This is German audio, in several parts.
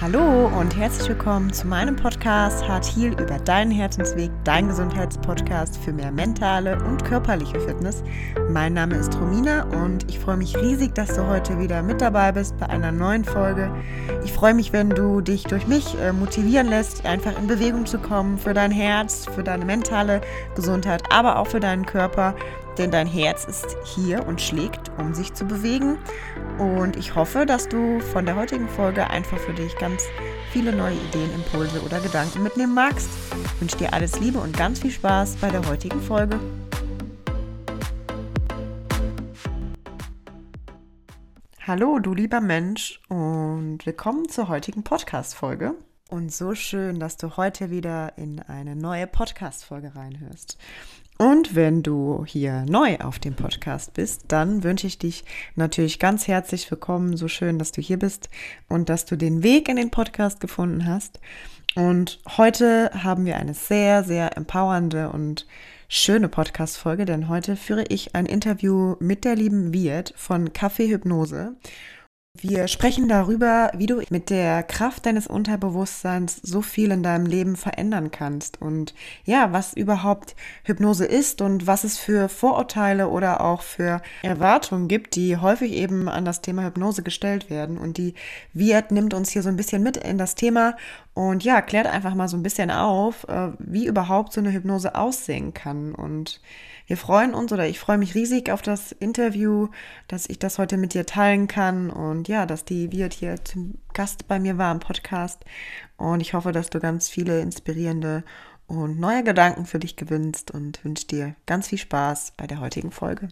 Hallo und herzlich willkommen zu meinem Podcast Hart Heal über deinen Herzensweg, dein Gesundheitspodcast für mehr mentale und körperliche Fitness. Mein Name ist Romina und ich freue mich riesig, dass du heute wieder mit dabei bist bei einer neuen Folge. Ich freue mich, wenn du dich durch mich motivieren lässt, einfach in Bewegung zu kommen für dein Herz, für deine mentale Gesundheit, aber auch für deinen Körper. Denn dein Herz ist hier und schlägt, um sich zu bewegen. Und ich hoffe, dass du von der heutigen Folge einfach für dich ganz viele neue Ideen, Impulse oder Gedanken mitnehmen magst. Ich wünsche dir alles Liebe und ganz viel Spaß bei der heutigen Folge. Hallo, du lieber Mensch und willkommen zur heutigen Podcast-Folge. Und so schön, dass du heute wieder in eine neue Podcast-Folge reinhörst. Und wenn du hier neu auf dem Podcast bist, dann wünsche ich dich natürlich ganz herzlich willkommen. So schön, dass du hier bist und dass du den Weg in den Podcast gefunden hast. Und heute haben wir eine sehr, sehr empowernde und schöne Podcast-Folge, denn heute führe ich ein Interview mit der lieben Wirt von Café Hypnose. Wir sprechen darüber, wie du mit der Kraft deines Unterbewusstseins so viel in deinem Leben verändern kannst und ja, was überhaupt Hypnose ist und was es für Vorurteile oder auch für Erwartungen gibt, die häufig eben an das Thema Hypnose gestellt werden. Und die Wirt nimmt uns hier so ein bisschen mit in das Thema und ja, klärt einfach mal so ein bisschen auf, wie überhaupt so eine Hypnose aussehen kann. Und wir freuen uns oder ich freue mich riesig auf das Interview, dass ich das heute mit dir teilen kann und ja, dass die Wirt hier zum Gast bei mir war im Podcast und ich hoffe, dass du ganz viele inspirierende und neue Gedanken für dich gewinnst und wünsche dir ganz viel Spaß bei der heutigen Folge.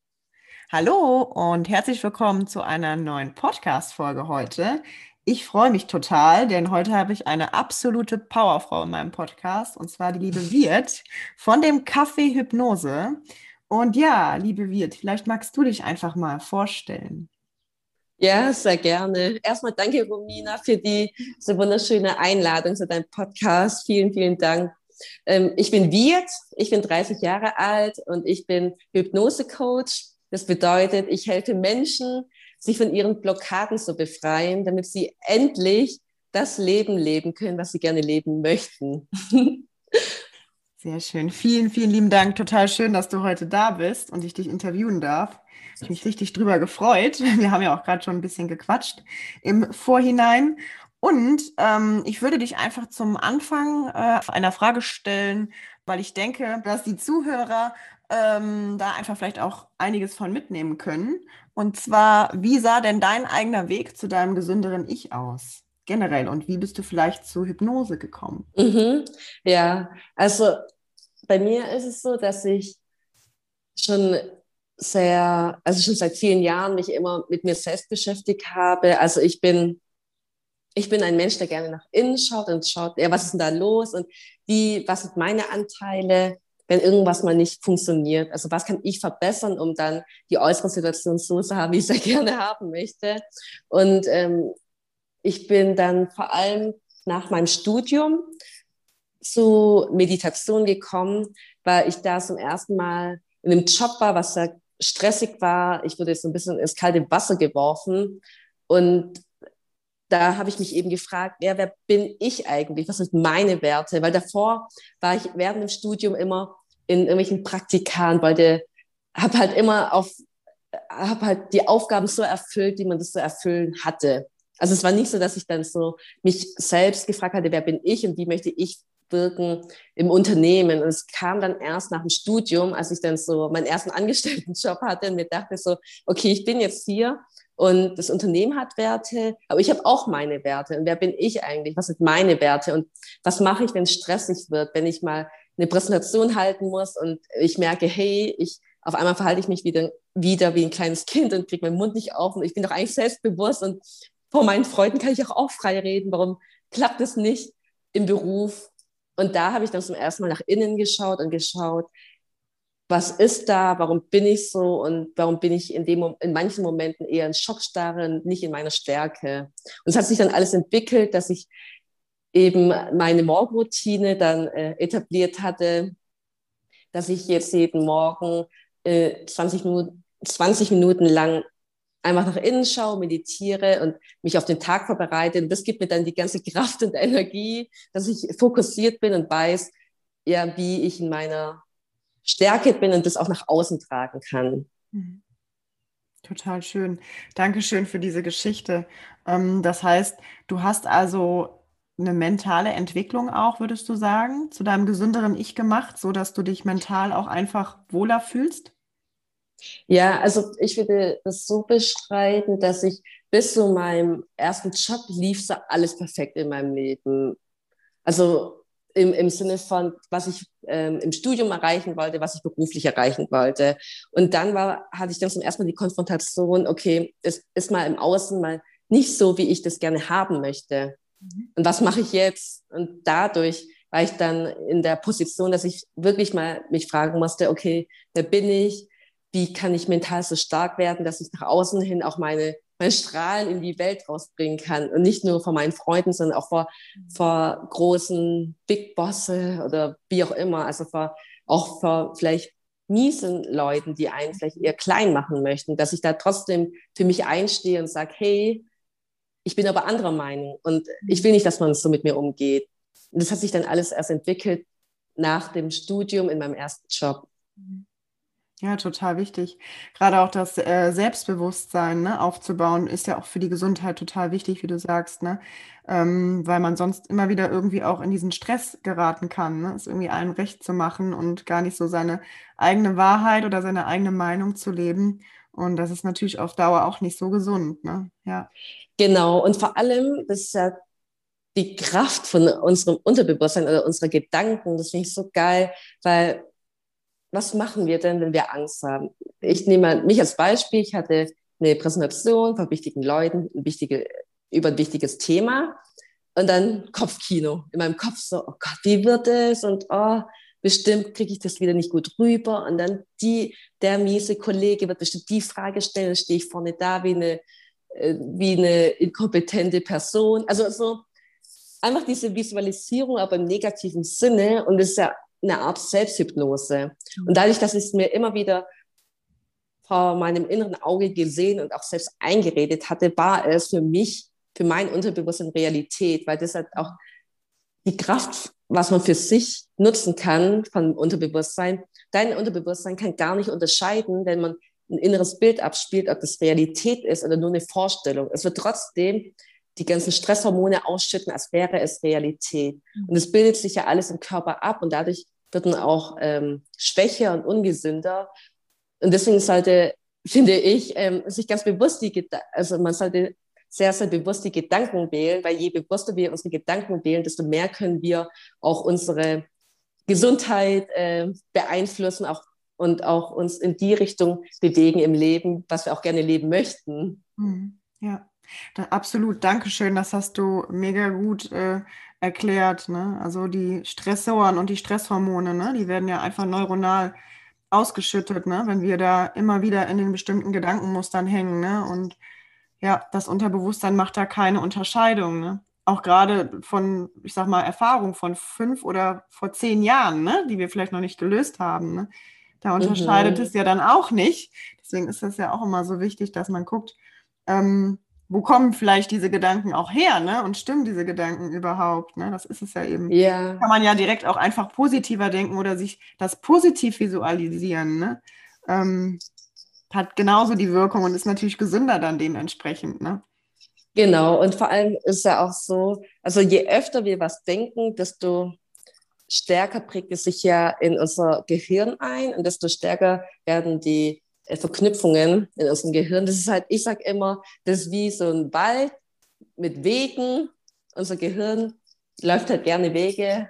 Hallo und herzlich willkommen zu einer neuen Podcast-Folge heute. Ich freue mich total, denn heute habe ich eine absolute Powerfrau in meinem Podcast und zwar die liebe Wirt von dem Café Hypnose. Und ja, liebe Wirt, vielleicht magst du dich einfach mal vorstellen. Ja, sehr gerne. Erstmal danke, Romina, für so wunderschöne Einladung zu deinem Podcast. Vielen, vielen Dank. Ich bin Wirt, ich bin 30 Jahre alt und ich bin Hypnose-Coach. Das bedeutet, ich helfe Menschen, sich von ihren Blockaden zu befreien, damit sie endlich das Leben leben können, was sie gerne leben möchten. Sehr schön. Vielen, vielen lieben Dank. Total schön, dass du heute da bist und ich dich interviewen darf. Ich habe mich richtig drüber gefreut. Wir haben ja auch gerade schon ein bisschen gequatscht im Vorhinein. Und ich würde dich einfach zum Anfang einer Frage stellen, weil ich denke, dass die Zuhörer da einfach vielleicht auch einiges von mitnehmen können. Und zwar, wie sah denn dein eigener Weg zu deinem gesünderen Ich aus? Generell. Und wie bist du vielleicht zur Hypnose gekommen? Mhm. Ja, also bei mir ist es so, dass ich schon schon seit vielen Jahren mich immer mit mir selbst beschäftigt habe. Also ich bin ein Mensch, der gerne nach innen schaut und schaut, ja, was ist denn da los und was sind meine Anteile, wenn irgendwas mal nicht funktioniert? Also was kann ich verbessern, um dann die äußere Situation so zu haben, wie ich sie gerne haben möchte? Und ich bin dann vor allem nach meinem Studium zu Meditation gekommen, weil ich da zum ersten Mal in einem Job war, was sehr stressig war. Ich wurde so ein bisschen ins kalte Wasser geworfen und da habe ich mich eben gefragt, ja, wer bin ich eigentlich? Was sind meine Werte? Weil davor war ich während dem Studium immer in irgendwelchen Praktika und habe halt habe halt die Aufgaben so erfüllt, wie man das so erfüllen hatte. Also es war nicht so, dass ich dann so mich selbst gefragt hatte, wer bin ich und wie möchte ich wirken im Unternehmen. Und es kam dann erst nach dem Studium, als ich dann so meinen ersten Angestelltenjob hatte und mir dachte so, okay, ich bin jetzt hier und das Unternehmen hat Werte, aber ich habe auch meine Werte. Und wer bin ich eigentlich? Was sind meine Werte? Und was mache ich, wenn es stressig wird, wenn ich mal eine Präsentation halten muss und ich merke, hey, auf einmal verhalte ich mich wieder wie ein kleines Kind und kriege meinen Mund nicht auf und ich bin doch eigentlich selbstbewusst und vor meinen Freunden kann ich auch frei reden. Warum klappt es nicht im Beruf? Und da habe ich dann zum ersten Mal nach innen geschaut und geschaut, was ist da, warum bin ich so und warum bin ich in manchen Momenten eher in Schockstarre, nicht in meiner Stärke. Und es hat sich dann alles entwickelt, dass ich eben meine Morgenroutine dann etabliert hatte, dass ich jetzt jeden Morgen 20 Minuten lang einfach nach innen schaue, meditiere und mich auf den Tag vorbereite. Und das gibt mir dann die ganze Kraft und Energie, dass ich fokussiert bin und weiß, ja, wie ich in meiner Stärke bin und das auch nach außen tragen kann. Mhm. Total schön. Dankeschön für diese Geschichte. Das heißt, du hast also eine mentale Entwicklung auch, würdest du sagen, zu deinem gesünderen Ich gemacht, so dass du dich mental auch einfach wohler fühlst? Ja, also ich würde das so beschreiben, dass ich bis zu meinem ersten Job lief so alles perfekt in meinem Leben. Also im Sinne von, was ich im Studium erreichen wollte, was ich beruflich erreichen wollte. Und dann hatte ich dann zum ersten Mal die Konfrontation, okay, es ist mal im Außen mal nicht so, wie ich das gerne haben möchte. Mhm. Und was mache ich jetzt? Und dadurch war ich dann in der Position, dass ich wirklich mal mich fragen musste, okay, wer bin ich? Wie kann ich mental so stark werden, dass ich nach außen hin auch mein Strahlen in die Welt rausbringen kann und nicht nur vor meinen Freunden, sondern auch vor großen Big Bosse oder wie auch immer, also auch vor vielleicht miesen Leuten, die einen vielleicht eher klein machen möchten, dass ich da trotzdem für mich einstehe und sage, hey, ich bin aber anderer Meinung und ich will nicht, dass man so mit mir umgeht. Und das hat sich dann alles erst entwickelt nach dem Studium in meinem ersten Job. Mhm. Ja, total wichtig. Gerade auch das Selbstbewusstsein, ne, aufzubauen, ist ja auch für die Gesundheit total wichtig, wie du sagst, ne? Weil man sonst immer wieder irgendwie auch in diesen Stress geraten kann, ne? Es irgendwie allen recht zu machen und gar nicht so seine eigene Wahrheit oder seine eigene Meinung zu leben. Und das ist natürlich auf Dauer auch nicht so gesund, ne? Ja. Genau, und vor allem, das ist ja die Kraft von unserem Unterbewusstsein oder unserer Gedanken, das finde ich so geil, weil was machen wir denn, wenn wir Angst haben? Ich nehme mal mich als Beispiel. Ich hatte eine Präsentation von wichtigen Leuten über ein wichtiges Thema und dann Kopfkino. In meinem Kopf so, oh Gott, wie wird es? Und oh, bestimmt kriege ich das wieder nicht gut rüber. Und dann der miese Kollege wird bestimmt die Frage stellen, dann stehe ich vorne da wie eine inkompetente Person. Also so einfach diese Visualisierung, aber im negativen Sinne. Und es ist ja eine Art Selbsthypnose. Und dadurch, dass ich es mir immer wieder vor meinem inneren Auge gesehen und auch selbst eingeredet hatte, war es für mich, für mein Unterbewusstsein Realität, weil das halt auch die Kraft, was man für sich nutzen kann vom Unterbewusstsein. Dein Unterbewusstsein kann gar nicht unterscheiden, wenn man ein inneres Bild abspielt, ob das Realität ist oder nur eine Vorstellung. Es wird trotzdem die ganzen Stresshormone ausschütten, als wäre es Realität. Und es bildet sich ja alles im Körper ab und dadurch wird man auch schwächer und ungesünder. Und deswegen sollte, finde ich, sich ganz bewusst also man sollte sehr, sehr bewusst die Gedanken wählen, weil je bewusster wir unsere Gedanken wählen, desto mehr können wir auch unsere Gesundheit beeinflussen und auch uns in die Richtung bewegen im Leben, was wir auch gerne leben möchten. Mhm. Ja, absolut. Dankeschön. Das hast du mega gut erklärt, ne? Also die Stressoren und die Stresshormone, ne? Die werden ja einfach neuronal ausgeschüttet, ne? Wenn wir da immer wieder in den bestimmten Gedankenmustern hängen, ne? Und ja, das Unterbewusstsein macht da keine Unterscheidung, ne? Auch gerade von, ich sag mal, Erfahrung von 5 oder vor 10 Jahren, ne? Die wir vielleicht noch nicht gelöst haben, ne? Da unterscheidet es Mhm. ja dann auch nicht. Deswegen ist das ja auch immer so wichtig, dass man guckt, ähm, wo kommen vielleicht diese Gedanken auch her, ne? Und stimmen diese Gedanken überhaupt, ne? Das ist es ja eben. Ja, Kann man ja direkt auch einfach positiver denken oder sich das positiv visualisieren, ne? Ähm, hat genauso die Wirkung und ist natürlich gesünder dann dementsprechend, ne? genau. Und vor allem ist ja auch so, also je öfter wir was denken, desto stärker prägt es sich ja in unser Gehirn ein und desto stärker werden die Verknüpfungen in unserem Gehirn. Das ist halt, ich sage immer, das ist wie so ein Wald mit Wegen. Unser Gehirn läuft halt gerne Wege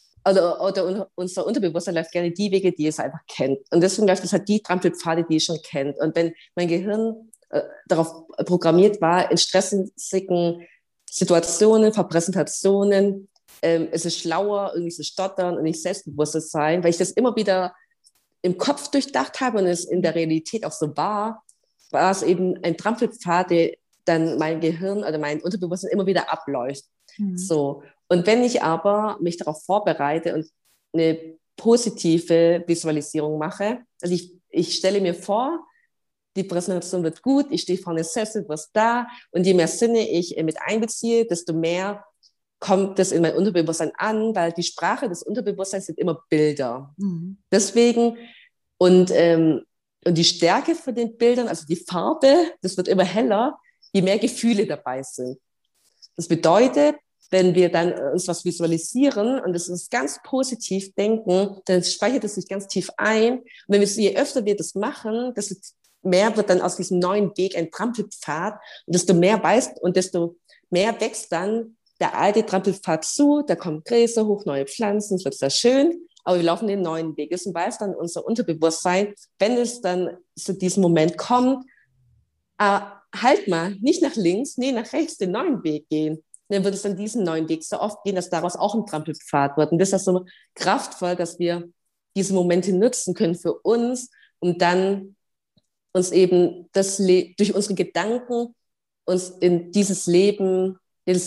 oder unser Unterbewusstsein läuft gerne die Wege, die es einfach kennt. Und deswegen läuft es halt die Trampelpfade, die es schon kennt. Und wenn mein Gehirn darauf programmiert war, in stressigen Situationen, vor Präsentationen, es ist schlauer, irgendwie zu stottern und nicht selbstbewusst zu sein, weil ich das immer wieder im Kopf durchdacht habe und es in der Realität auch so war es eben ein Trampelpfad, der dann mein Gehirn oder mein Unterbewusstsein immer wieder abläuft. Mhm. So. Und wenn ich aber mich darauf vorbereite und eine positive Visualisierung mache, also ich stelle mir vor, die Präsentation wird gut, ich stehe vorne im Sessel, was da und je mehr Sinne ich mit einbeziehe, desto mehr kommt das in mein Unterbewusstsein an, weil die Sprache des Unterbewusstseins sind immer Bilder. Mhm. Deswegen und die Stärke von den Bildern, also die Farbe, das wird immer heller, je mehr Gefühle dabei sind. Das bedeutet, wenn wir dann uns was visualisieren und das ist ganz positiv denken, dann speichert es sich ganz tief ein. Und wenn wir, je öfter wir das machen, desto mehr wird dann aus diesem neuen Weg ein Trampelpfad und desto mehr weißt und desto mehr wächst dann der alte Trampelpfad zu, da kommen Gräser hoch, neue Pflanzen, es wird sehr schön, aber wir laufen den neuen Weg. Das weiß dann unser Unterbewusstsein, wenn es dann zu diesem Moment kommt, halt mal, nicht nach links, nee, nach rechts den neuen Weg gehen. Dann wird es dann diesen neuen Weg so oft gehen, dass daraus auch ein Trampelpfad wird. Und das ist so kraftvoll, dass wir diese Momente nutzen können für uns, um dann uns eben durch unsere Gedanken uns in dieses Leben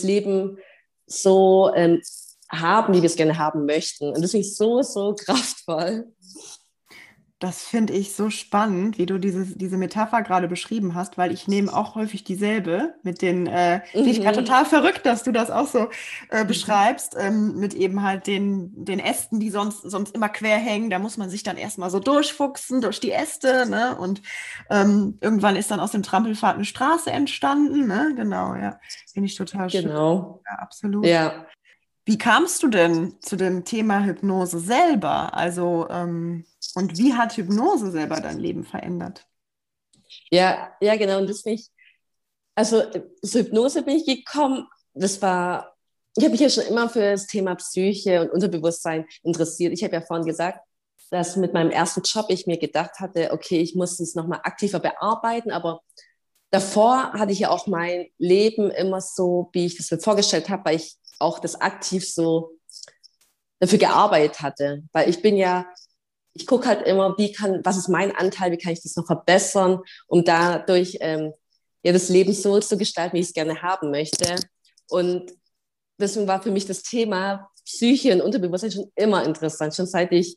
so haben, wie wir es gerne haben möchten. Und das finde ich so, so kraftvoll. Das finde ich so spannend, wie du diese Metapher gerade beschrieben hast, weil ich nehme auch häufig dieselbe mit den, finde ich gerade Mhm. total verrückt, dass du das auch so beschreibst, mit eben halt den Ästen, die sonst immer quer hängen. Da muss man sich dann erstmal so durchfuchsen durch die Äste, ne? Und irgendwann ist dann aus dem Trampelpfad eine Straße entstanden, ne? Genau, ja. Finde ich total schön. Genau. Ja, absolut. Ja. Wie kamst du denn zu dem Thema Hypnose selber? Also, und wie hat Hypnose selber dein Leben verändert? Ja, ja, genau. Und das finde ich, also zur Hypnose bin ich gekommen, ich habe mich ja schon immer für das Thema Psyche und Unterbewusstsein interessiert. Ich habe ja vorhin gesagt, dass mit meinem ersten Job ich mir gedacht hatte, okay, ich muss es nochmal aktiver bearbeiten, aber davor hatte ich ja auch mein Leben immer so, wie ich das mir vorgestellt habe, weil ich auch das aktiv so dafür gearbeitet hatte. Weil ich gucke halt immer, was ist mein Anteil, wie kann ich das noch verbessern, um dadurch ja, das Leben so zu gestalten, wie ich es gerne haben möchte. Und deswegen war für mich das Thema Psyche und Unterbewusstsein schon immer interessant. Schon seit ich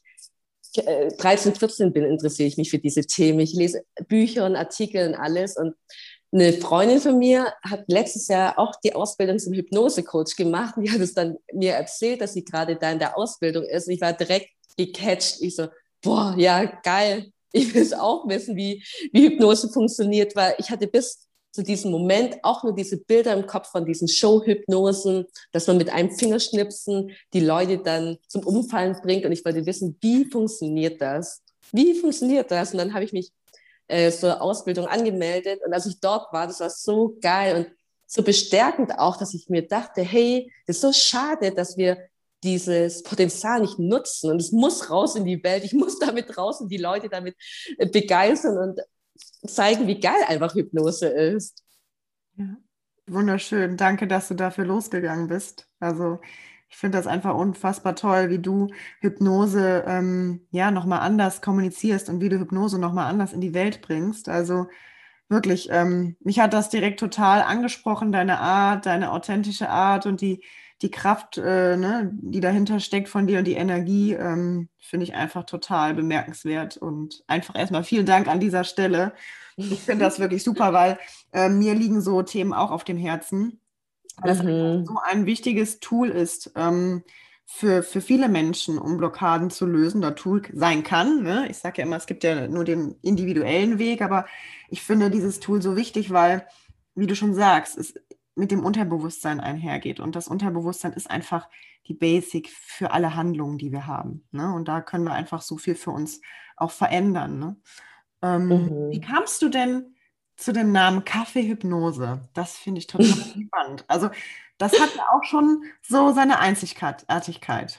13, 14 bin, interessiere ich mich für diese Themen. Ich lese Bücher und Artikel und alles. Und eine Freundin von mir hat letztes Jahr auch die Ausbildung zum Hypnose-Coach gemacht. Und die hat es dann mir erzählt, dass sie gerade da in der Ausbildung ist. Und ich war direkt gecatcht. Ich so, boah, ja, geil. Ich will es auch wissen, wie Hypnose funktioniert, weil ich hatte bis zu diesem Moment auch nur diese Bilder im Kopf von diesen Show-Hypnosen, dass man mit einem Fingerschnipsen die Leute dann zum Umfallen bringt. Und ich wollte wissen, wie funktioniert das? Wie funktioniert das? Und dann habe ich mich zur Ausbildung angemeldet. Und als ich dort war, das war so geil und so bestärkend auch, dass ich mir dachte, hey, das ist so schade, dass wir dieses Potenzial nicht nutzen. Und es muss raus in die Welt. Ich muss damit raus und die Leute damit begeistern und zeigen, wie geil einfach Hypnose ist. Ja. Wunderschön. Danke, dass du dafür losgegangen bist. Also, ich finde das einfach unfassbar toll, wie du Hypnose ja nochmal anders kommunizierst und wie du Hypnose nochmal anders in die Welt bringst. Also wirklich, mich hat das direkt total angesprochen, deine Art, deine authentische Art und die Kraft, ne, die dahinter steckt von dir und die Energie, finde ich einfach total bemerkenswert. Und einfach erstmal vielen Dank an dieser Stelle. Ich finde das wirklich super, weil mir liegen so Themen auch auf dem Herzen, weil das einfach so Mhm. ein wichtiges Tool ist für viele Menschen, um Blockaden zu lösen, oder Tool sein kann. Ne? Ich sage ja immer, es gibt ja nur den individuellen Weg, aber ich finde dieses Tool so wichtig, weil, wie du schon sagst, es mit dem Unterbewusstsein einhergeht. Und das Unterbewusstsein ist einfach die Basic für alle Handlungen, die wir haben. Ne? Und da können wir einfach so viel für uns auch verändern. Ne? Wie Mhm. kamst du denn zu dem Namen Kaffeehypnose? Das finde ich total spannend. Also, das hat ja auch schon so seine Einzigartigkeit.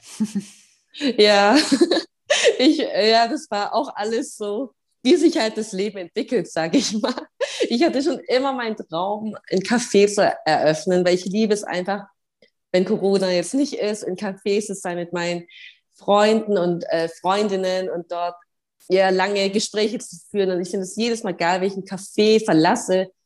Ja, ja, das war auch alles so, wie sich halt das Leben entwickelt, sage ich mal. Ich hatte schon immer meinen Traum, ein Café zu eröffnen, weil ich liebe es einfach, wenn Corona jetzt nicht ist, in Cafés zu sein mit meinen Freunden und Freundinnen und dort ja lange Gespräche zu führen. Und ich finde es jedes Mal geil, wenn ich ein Café verlasse,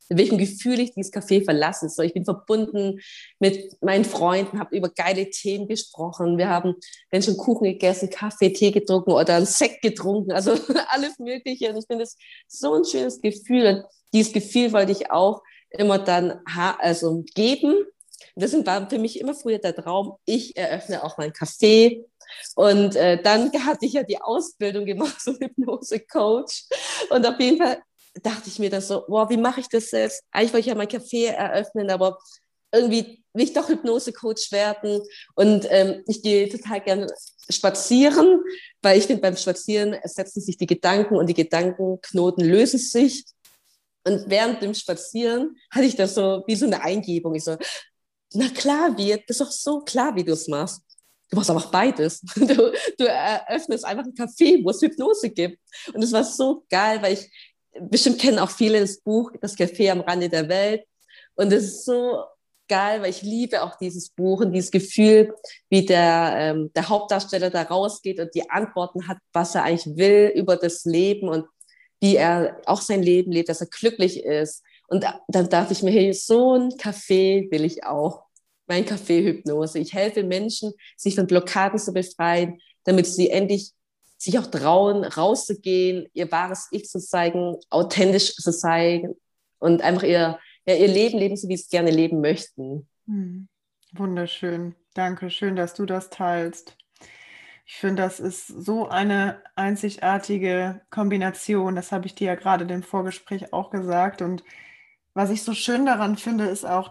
mit welchem Gefühl ich dieses Café verlasse. So, ich bin verbunden mit meinen Freunden, habe über geile Themen gesprochen. Wir haben schon Kuchen gegessen, Kaffee, Tee getrunken oder einen Sekt getrunken, also alles Mögliche. Und ich finde das so ein schönes Gefühl. Und dieses Gefühl wollte ich auch immer dann also geben. Das war für mich immer früher der Traum, ich eröffne auch mein Café. Und dann hatte ich ja die Ausbildung gemacht zum Hypnose-Coach. Und auf jeden Fall dachte ich mir dann so, wow, wie mache ich das jetzt? Eigentlich wollte ich ja mein Café eröffnen, aber irgendwie will ich doch Hypnose-Coach werden. Und ich gehe total gerne spazieren, weil ich finde, beim Spazieren setzen sich die Gedanken und die Gedankenknoten lösen sich. Und während dem Spazieren hatte ich das so wie so eine Eingebung. Ich so, na klar, das ist doch so klar, wie du es machst. Du machst aber auch beides. Du eröffnest einfach ein Café, wo es Hypnose gibt. Und es war so geil, weil bestimmt kennen auch viele das Buch, Das Café am Rande der Welt. Und es ist so geil, weil ich liebe auch dieses Buch und dieses Gefühl, wie der Hauptdarsteller da rausgeht und die Antworten hat, was er eigentlich will über das Leben und wie er auch sein Leben lebt, dass er glücklich ist. Und dann dachte ich mir, hey, so ein Café will ich auch. Mein Café Hypnose. Ich helfe Menschen, sich von Blockaden zu befreien, damit sie endlich sich auch trauen, rauszugehen, ihr wahres Ich zu zeigen, authentisch zu sein und einfach ihr Leben leben, so wie sie es gerne leben möchten. Wunderschön. Danke, schön, dass du das teilst. Ich finde, das ist so eine einzigartige Kombination. Das habe ich dir ja gerade im Vorgespräch auch gesagt. Und was ich so schön daran finde, ist auch,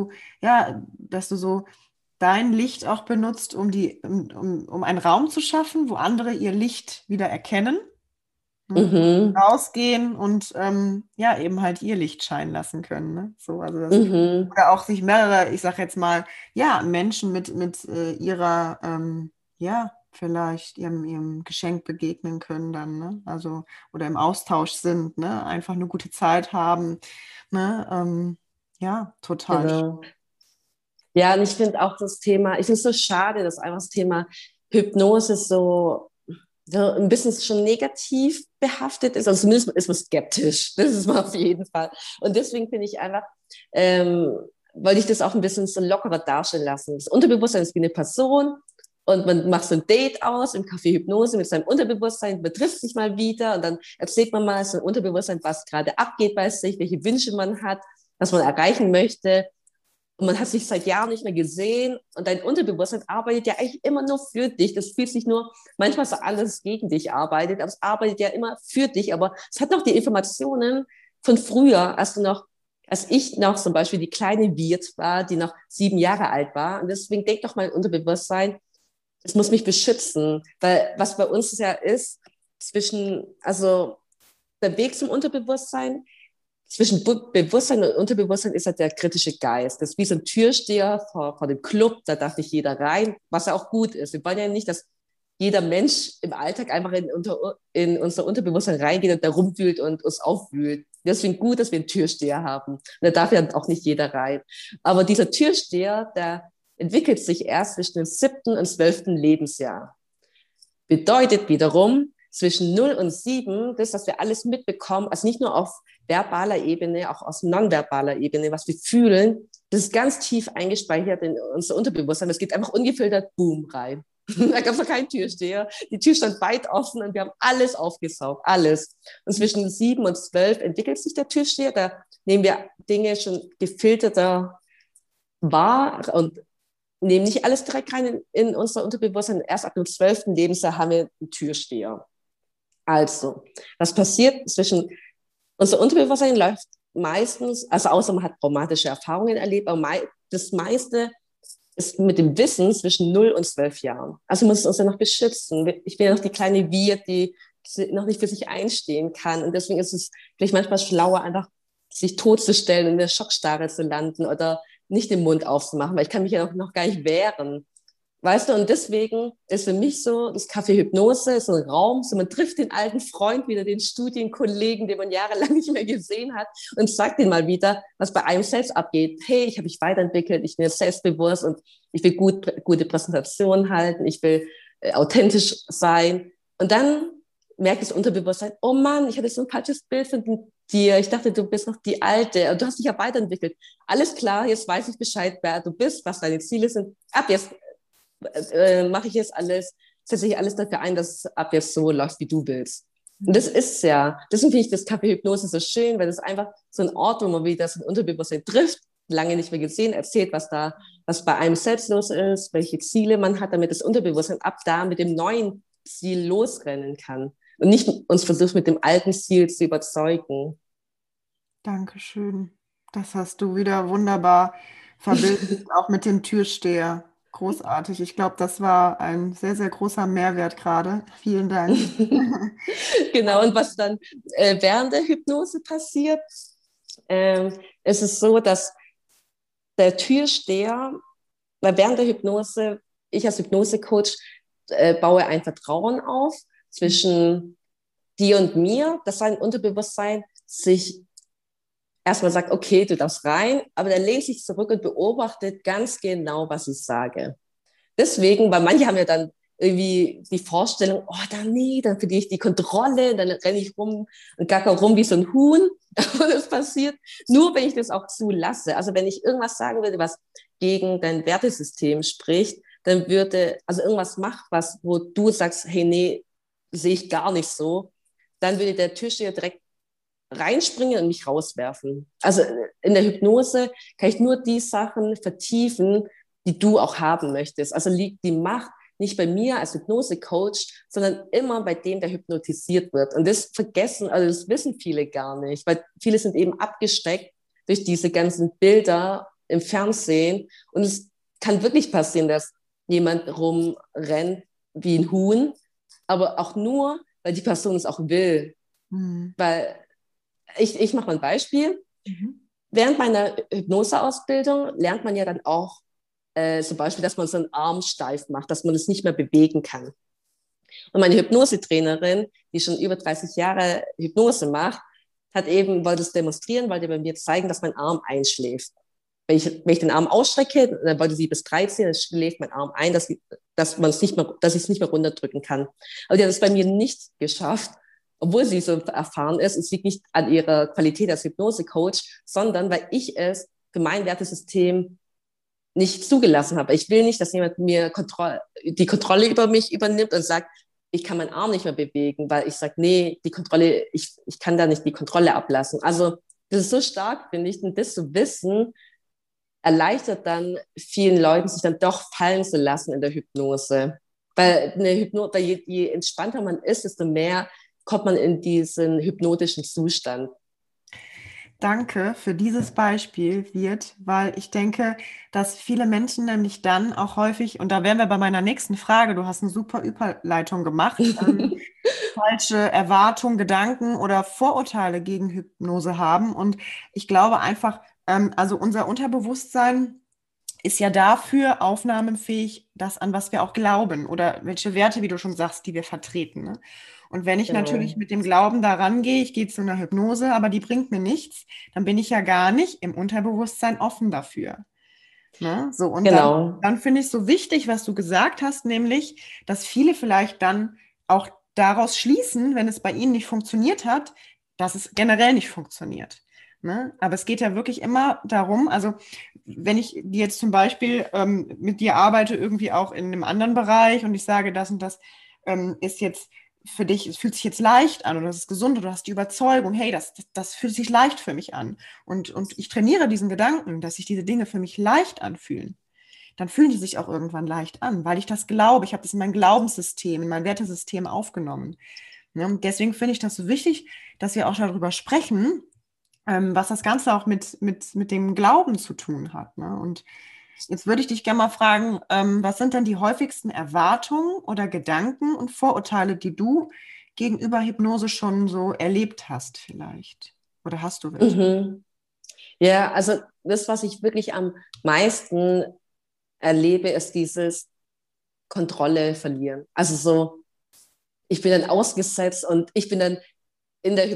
dass du so dein Licht auch benutzt, um einen Raum zu schaffen, wo andere ihr Licht wieder erkennen, ne? Mhm. Rausgehen und ja, eben halt ihr Licht scheinen lassen können. Ne? So, also Mhm. oder auch sich mehrere, ich sage jetzt mal, ja, Menschen mit ihrer, ja, vielleicht ihrem Geschenk begegnen können dann, ne? Also, oder im Austausch sind, ne? Einfach eine gute Zeit haben, ne? Ja, total. Genau. Ja, und ich finde auch das Thema, ich finde es so schade, dass einfach das Thema Hypnose so ein bisschen schon negativ behaftet ist. Also zumindest ist man skeptisch. Das ist man auf jeden Fall. Und deswegen finde ich einfach, wollte ich das auch ein bisschen so lockerer darstellen lassen. Das Unterbewusstsein ist wie eine Person und man macht so ein Date aus im Café Hypnose mit seinem Unterbewusstsein, betrifft sich mal wieder und dann erzählt man mal sein Unterbewusstsein, was gerade abgeht bei sich, welche Wünsche man hat, was man erreichen möchte. Und man hat sich seit Jahren nicht mehr gesehen und dein Unterbewusstsein arbeitet ja eigentlich immer nur für dich. Das fühlt sich nur manchmal so alles gegen dich arbeitet, aber es arbeitet ja immer für dich. Aber es hat noch die Informationen von früher, als ich noch zum Beispiel die kleine Wirt war, die noch 7 Jahre alt war. Und deswegen denkt doch mein Unterbewusstsein, es muss mich beschützen, weil was bei uns ja ist, also der Weg zum Unterbewusstsein zwischen Bewusstsein und Unterbewusstsein ist halt der kritische Geist. Das ist wie so ein Türsteher vor dem Club, da darf nicht jeder rein, was ja auch gut ist. Wir wollen ja nicht, dass jeder Mensch im Alltag einfach in unser Unterbewusstsein reingeht und da rumwühlt und uns aufwühlt. Deswegen gut, dass wir einen Türsteher haben. Und da darf ja auch nicht jeder rein. Aber dieser Türsteher, der entwickelt sich erst zwischen dem 7. und 12. Lebensjahr. Bedeutet wiederum, zwischen 0 und 7, das, was wir alles mitbekommen, also nicht nur auf verbaler Ebene, auch aus nonverbaler Ebene, was wir fühlen, das ist ganz tief eingespeichert in unser Unterbewusstsein. Das geht einfach ungefiltert, boom, rein. Da gab es noch keinen Türsteher. Die Tür stand weit offen und wir haben alles aufgesaugt, alles. Und zwischen 7 und 12 entwickelt sich der Türsteher. Da nehmen wir Dinge schon gefilterter wahr und nehmen nicht alles direkt rein in unser Unterbewusstsein. Erst ab dem 12. Lebensjahr haben wir einen Türsteher. Also, was passiert unser Unterbewusstsein läuft meistens, also außer man hat traumatische Erfahrungen erlebt, aber das meiste ist mit dem Wissen zwischen 0 und 12 Jahren. Also muss es uns ja noch beschützen. Ich bin ja noch die kleine Wir, die noch nicht für sich einstehen kann. Und deswegen ist es vielleicht manchmal schlauer, einfach sich totzustellen und in der Schockstarre zu landen oder nicht den Mund aufzumachen, weil ich kann mich ja noch gar nicht wehren. Weißt du, und deswegen ist für mich so, das Café Hypnose ist so ein Raum, so man trifft den alten Freund wieder, den Studienkollegen, den man jahrelang nicht mehr gesehen hat und sagt ihm mal wieder, was bei einem selbst abgeht. Hey, ich habe mich weiterentwickelt, ich bin jetzt selbstbewusst und ich will gute Präsentationen halten, ich will authentisch sein. Und dann merkt das Unterbewusstsein, oh Mann, ich hatte so ein falsches Bild von dir. Ich dachte, du bist noch die Alte. Und du hast dich ja weiterentwickelt. Alles klar, jetzt weiß ich Bescheid, wer du bist, was deine Ziele sind. Ab jetzt mache ich jetzt alles, setze ich alles dafür ein, dass es ab jetzt so läuft, wie du willst. Und das ist ja, deswegen finde ich das Kaffeehypnose so schön, weil das ist einfach so ein Ort, wo man wieder das Unterbewusstsein trifft, lange nicht mehr gesehen, erzählt, was bei einem selbst los ist, welche Ziele man hat, damit das Unterbewusstsein ab da mit dem neuen Ziel losrennen kann und nicht uns versucht, mit dem alten Ziel zu überzeugen. Dankeschön. Das hast du wieder wunderbar verbildlicht, auch mit dem Türsteher. Großartig. Ich glaube, das war ein sehr, sehr großer Mehrwert gerade. Vielen Dank. Genau, und was dann während der Hypnose passiert, ist es so, dass der Türsteher, weil während der Hypnose, ich als Hypnosecoach baue ein Vertrauen auf zwischen dir und mir, dass sein Unterbewusstsein sich erstmal sagt, okay, du darfst rein, aber dann lehnt sich zurück und beobachtet ganz genau, was ich sage. Deswegen, weil manche haben ja dann irgendwie die Vorstellung, oh, dann nee, dann verliere ich die Kontrolle, dann renne ich rum und gacker rum wie so ein Huhn. Und das passiert nur, wenn ich das auch zulasse. Also wenn ich irgendwas sagen würde, was gegen dein Wertesystem spricht, dann würde, also irgendwas macht was, wo du sagst, hey, nee, sehe ich gar nicht so, dann würde der Türsteher direkt reinspringen und mich rauswerfen. Also in der Hypnose kann ich nur die Sachen vertiefen, die du auch haben möchtest. Also liegt die Macht nicht bei mir als Hypnose-Coach, sondern immer bei dem, der hypnotisiert wird. Und das vergessen, also das wissen viele gar nicht, weil viele sind eben abgesteckt durch diese ganzen Bilder im Fernsehen. Und es kann wirklich passieren, dass jemand rumrennt wie ein Huhn, aber auch nur, weil die Person es auch will. Hm. Weil ich mache mal ein Beispiel. Mhm. Während meiner Hypnoseausbildung lernt man ja dann auch zum Beispiel, dass man so einen Arm steif macht, dass man es nicht mehr bewegen kann. Und meine Hypnosetrainerin, die schon über 30 Jahre Hypnose macht, wollte es demonstrieren, wollte bei mir zeigen, dass mein Arm einschläft. Wenn ich den Arm ausstrecke, dann wollte sie bis 13, dann schläft mein Arm ein, dass ich es nicht mehr runterdrücken kann. Aber die hat es bei mir nicht geschafft, obwohl sie so erfahren ist. Es liegt nicht an ihrer Qualität als Hypnose-Coach, sondern weil ich es für mein Wertesystem nicht zugelassen habe. Ich will nicht, dass jemand mir die Kontrolle über mich übernimmt und sagt, ich kann meinen Arm nicht mehr bewegen, weil ich sage, nee, ich kann da nicht die Kontrolle ablassen. Also das ist so stark, finde ich, und das zu wissen, erleichtert dann vielen Leuten, sich dann doch fallen zu lassen in der Hypnose. Weil je entspannter man ist, desto mehr kommt man in diesen hypnotischen Zustand. Danke für dieses Beispiel, Wirt, weil ich denke, dass viele Menschen nämlich dann auch häufig, und da wären wir bei meiner nächsten Frage, du hast eine super Überleitung gemacht, falsche Erwartungen, Gedanken oder Vorurteile gegen Hypnose haben. Und ich glaube einfach, also unser Unterbewusstsein ist ja dafür aufnahmefähig, das, an was wir auch glauben oder welche Werte, wie du schon sagst, die wir vertreten. Ne? Und wenn ich natürlich Genau. mit dem Glauben daran gehe, ich gehe zu einer Hypnose, aber die bringt mir nichts, dann bin ich ja gar nicht im Unterbewusstsein offen dafür. Ne? So, und Genau. dann finde ich so wichtig, was du gesagt hast, nämlich, dass viele vielleicht dann auch daraus schließen, wenn es bei ihnen nicht funktioniert hat, dass es generell nicht funktioniert. Ne? Aber es geht ja wirklich immer darum, also wenn ich jetzt zum Beispiel mit dir arbeite, irgendwie auch in einem anderen Bereich und ich sage, das und das ist jetzt für dich, es fühlt sich jetzt leicht an oder es ist gesund oder du hast die Überzeugung, hey, das fühlt sich leicht für mich an. Und ich trainiere diesen Gedanken, dass sich diese Dinge für mich leicht anfühlen. Dann fühlen die sich auch irgendwann leicht an, weil ich das glaube. Ich habe das in mein Glaubenssystem, in mein Wertesystem aufgenommen. Ne? Und deswegen finde ich das so wichtig, dass wir auch darüber sprechen, was das Ganze auch mit dem Glauben zu tun hat. Ne? Und jetzt würde ich dich gerne mal fragen, was sind denn die häufigsten Erwartungen oder Gedanken und Vorurteile, die du gegenüber Hypnose schon so erlebt hast vielleicht? Oder hast du welche? Mhm. Ja, also das, was ich wirklich am meisten erlebe, ist dieses Kontrolle verlieren. Also so, ich bin dann ausgesetzt und ich bin dann in der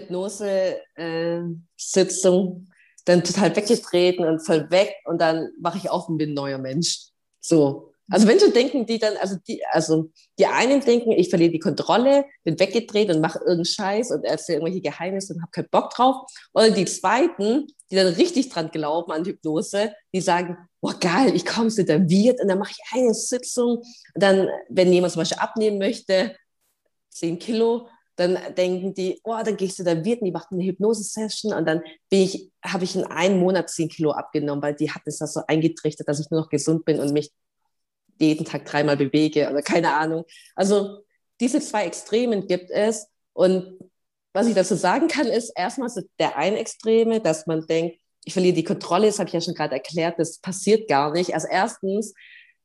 Hypnose-Sitzung dann total weggetreten und voll weg und dann wache ich auf und bin ein neuer Mensch. So. Also wenn schon denken die dann, die einen denken, ich verliere die Kontrolle, bin weggedreht und mache irgendeinen Scheiß und erzähle irgendwelche Geheimnisse und habe keinen Bock drauf. Oder die zweiten, die dann richtig dran glauben an Hypnose, die sagen, boah geil, ich komme sedaviert und dann mache ich eine Sitzung. Und dann, wenn jemand zum Beispiel abnehmen möchte, 10 Kilo, dann denken die, oh, dann gehe ich sedaviert und die machen eine Hypnose-Session und dann habe ich in einem Monat 10 Kilo abgenommen, weil die hat es das so eingetrichtert, dass ich nur noch gesund bin und mich jeden Tag 3-mal bewege oder keine Ahnung. Also diese zwei Extremen gibt es. Und was ich dazu sagen kann, ist erstmal so der eine Extreme, dass man denkt, ich verliere die Kontrolle, das habe ich ja schon gerade erklärt, das passiert gar nicht. Also erstens,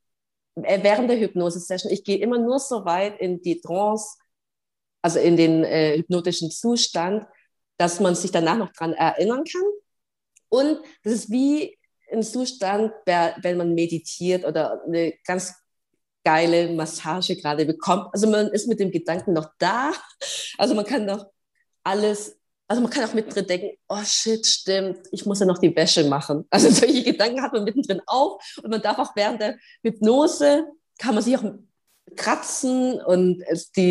während der Hypnose-Session, ich gehe immer nur so weit in die Trance, also in den hypnotischen Zustand, dass man sich danach noch dran erinnern kann. Und das ist wie ein Zustand, wenn man meditiert oder eine ganz geile Massage gerade bekommt. Also man ist mit dem Gedanken noch da. Also man kann noch alles, also man kann auch mittendrin denken, oh shit, stimmt, ich muss ja noch die Wäsche machen. Also solche Gedanken hat man mittendrin auch. Und man darf auch während der Hypnose, kann man sich auch kratzen und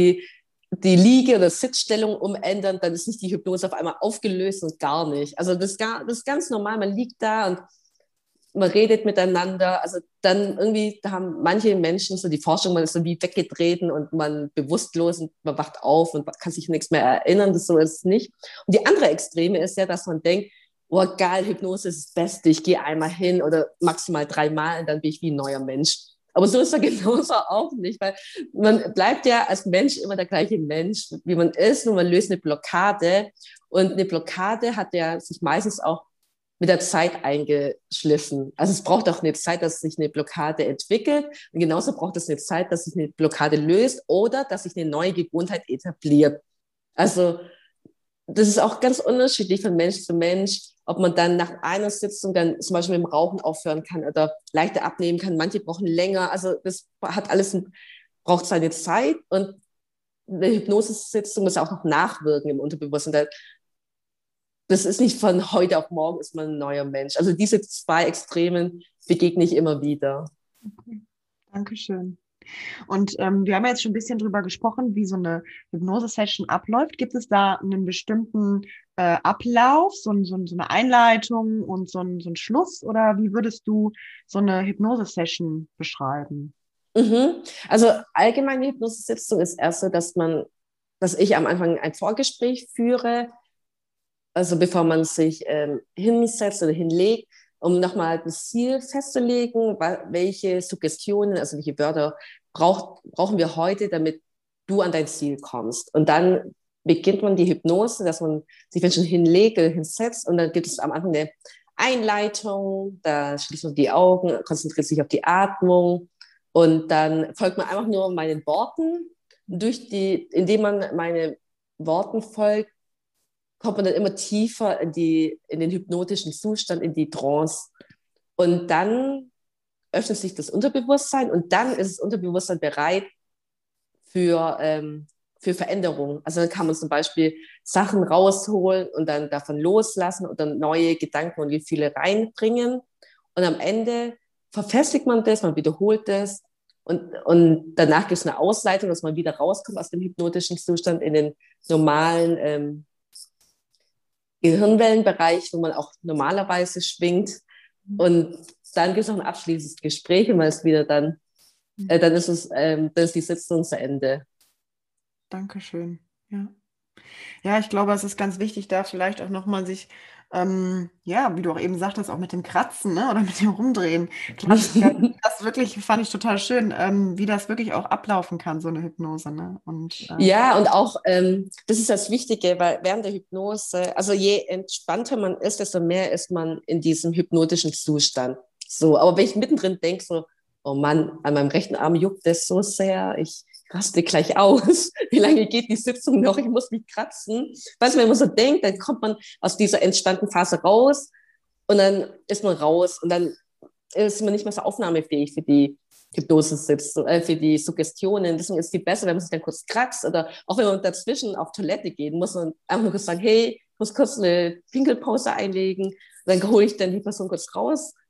die Liege- oder Sitzstellung umändern, dann ist nicht die Hypnose auf einmal aufgelöst und gar nicht. Also das ist ganz normal, man liegt da und man redet miteinander. Also dann irgendwie, da haben manche Menschen so die Forschung, man ist so wie weggetreten und man bewusstlos und man wacht auf und kann sich nichts mehr erinnern. Das so ist es nicht. Und die andere Extreme ist ja, dass man denkt, oh geil, Hypnose ist das Beste, ich gehe einmal hin oder maximal 3-mal und dann bin ich wie ein neuer Mensch. Aber so ist er genauso auch nicht, weil man bleibt ja als Mensch immer der gleiche Mensch, wie man ist, nur man löst eine Blockade. Und eine Blockade hat ja sich meistens auch mit der Zeit eingeschliffen. Also es braucht auch eine Zeit, dass sich eine Blockade entwickelt. Und genauso braucht es eine Zeit, dass sich eine Blockade löst oder dass sich eine neue Gewohnheit etabliert. Also das ist auch ganz unterschiedlich von Mensch zu Mensch, ob man dann nach einer Sitzung dann zum Beispiel mit dem Rauchen aufhören kann oder leichter abnehmen kann. Manche brauchen länger. Also das hat alles, braucht seine Zeit und eine Hypnosesitzung muss auch noch nachwirken im Unterbewusstsein. Das ist nicht von heute auf morgen ist man ein neuer Mensch. Also diese zwei Extremen begegne ich immer wieder. Okay. Dankeschön. Und wir haben ja jetzt schon ein bisschen drüber gesprochen, wie so eine Hypnose-Session abläuft. Gibt es da einen bestimmten Ablauf, so eine Einleitung und so ein Schluss? Oder wie würdest du so eine Hypnose-Session beschreiben? Mhm. Also allgemeine Hypnosesitzung ist erst so, dass ich am Anfang ein Vorgespräch führe, also bevor man sich hinsetzt oder hinlegt, um nochmal das Ziel festzulegen, welche Suggestionen, also welche Wörter brauchen wir heute, damit du an dein Ziel kommst. Und dann beginnt man die Hypnose, dass man sich wenn schon hinlegt oder hinsetzt und dann gibt es am Anfang eine Einleitung, da schließt man die Augen, konzentriert sich auf die Atmung und dann folgt man einfach nur meinen Worten. Indem man meinen Worten folgt, kommt man dann immer tiefer in den hypnotischen Zustand, in die Trance. Und dann öffnet sich das Unterbewusstsein und dann ist das Unterbewusstsein bereit für Veränderungen. Also dann kann man zum Beispiel Sachen rausholen und dann davon loslassen und dann neue Gedanken und Gefühle reinbringen. Und am Ende verfestigt man das, man wiederholt das und danach gibt es eine Ausleitung, dass man wieder rauskommt aus dem hypnotischen Zustand in den normalen Gehirnwellenbereich, wo man auch normalerweise schwingt. Und dann gibt es noch ein abschließendes Gespräch und man ist wieder dann ist die Sitzung zu Ende. Dankeschön. Ja. Ja, ich glaube, es ist ganz wichtig, da vielleicht auch nochmal sich, ja, wie du auch eben sagtest, auch mit dem Kratzen, ne, oder mit dem Rumdrehen klarzustellen. Das wirklich fand ich total schön, wie das wirklich auch ablaufen kann, so eine Hypnose, ne? Und Ja, und auch, das ist das Wichtige, weil während der Hypnose, also je entspannter man ist, desto mehr ist man in diesem hypnotischen Zustand. So, aber wenn ich mittendrin denke, so, oh Mann, an meinem rechten Arm juckt das so sehr, ich raste gleich aus. Wie lange geht die Sitzung noch? Ich muss mich kratzen. Weißt du, wenn man so denkt, dann kommt man aus dieser entspannten Phase raus und dann ist man raus und dann ist man nicht mehr so aufnahmefähig für die Hypnose sitzt, für die Suggestionen. Deswegen ist es viel besser, wenn man sich dann kurz kratzt oder auch wenn man dazwischen auf Toilette geht, muss man einfach nur kurz sagen, hey, ich muss kurz eine Pinkelpause einlegen. Dann hole ich dann die Person kurz raus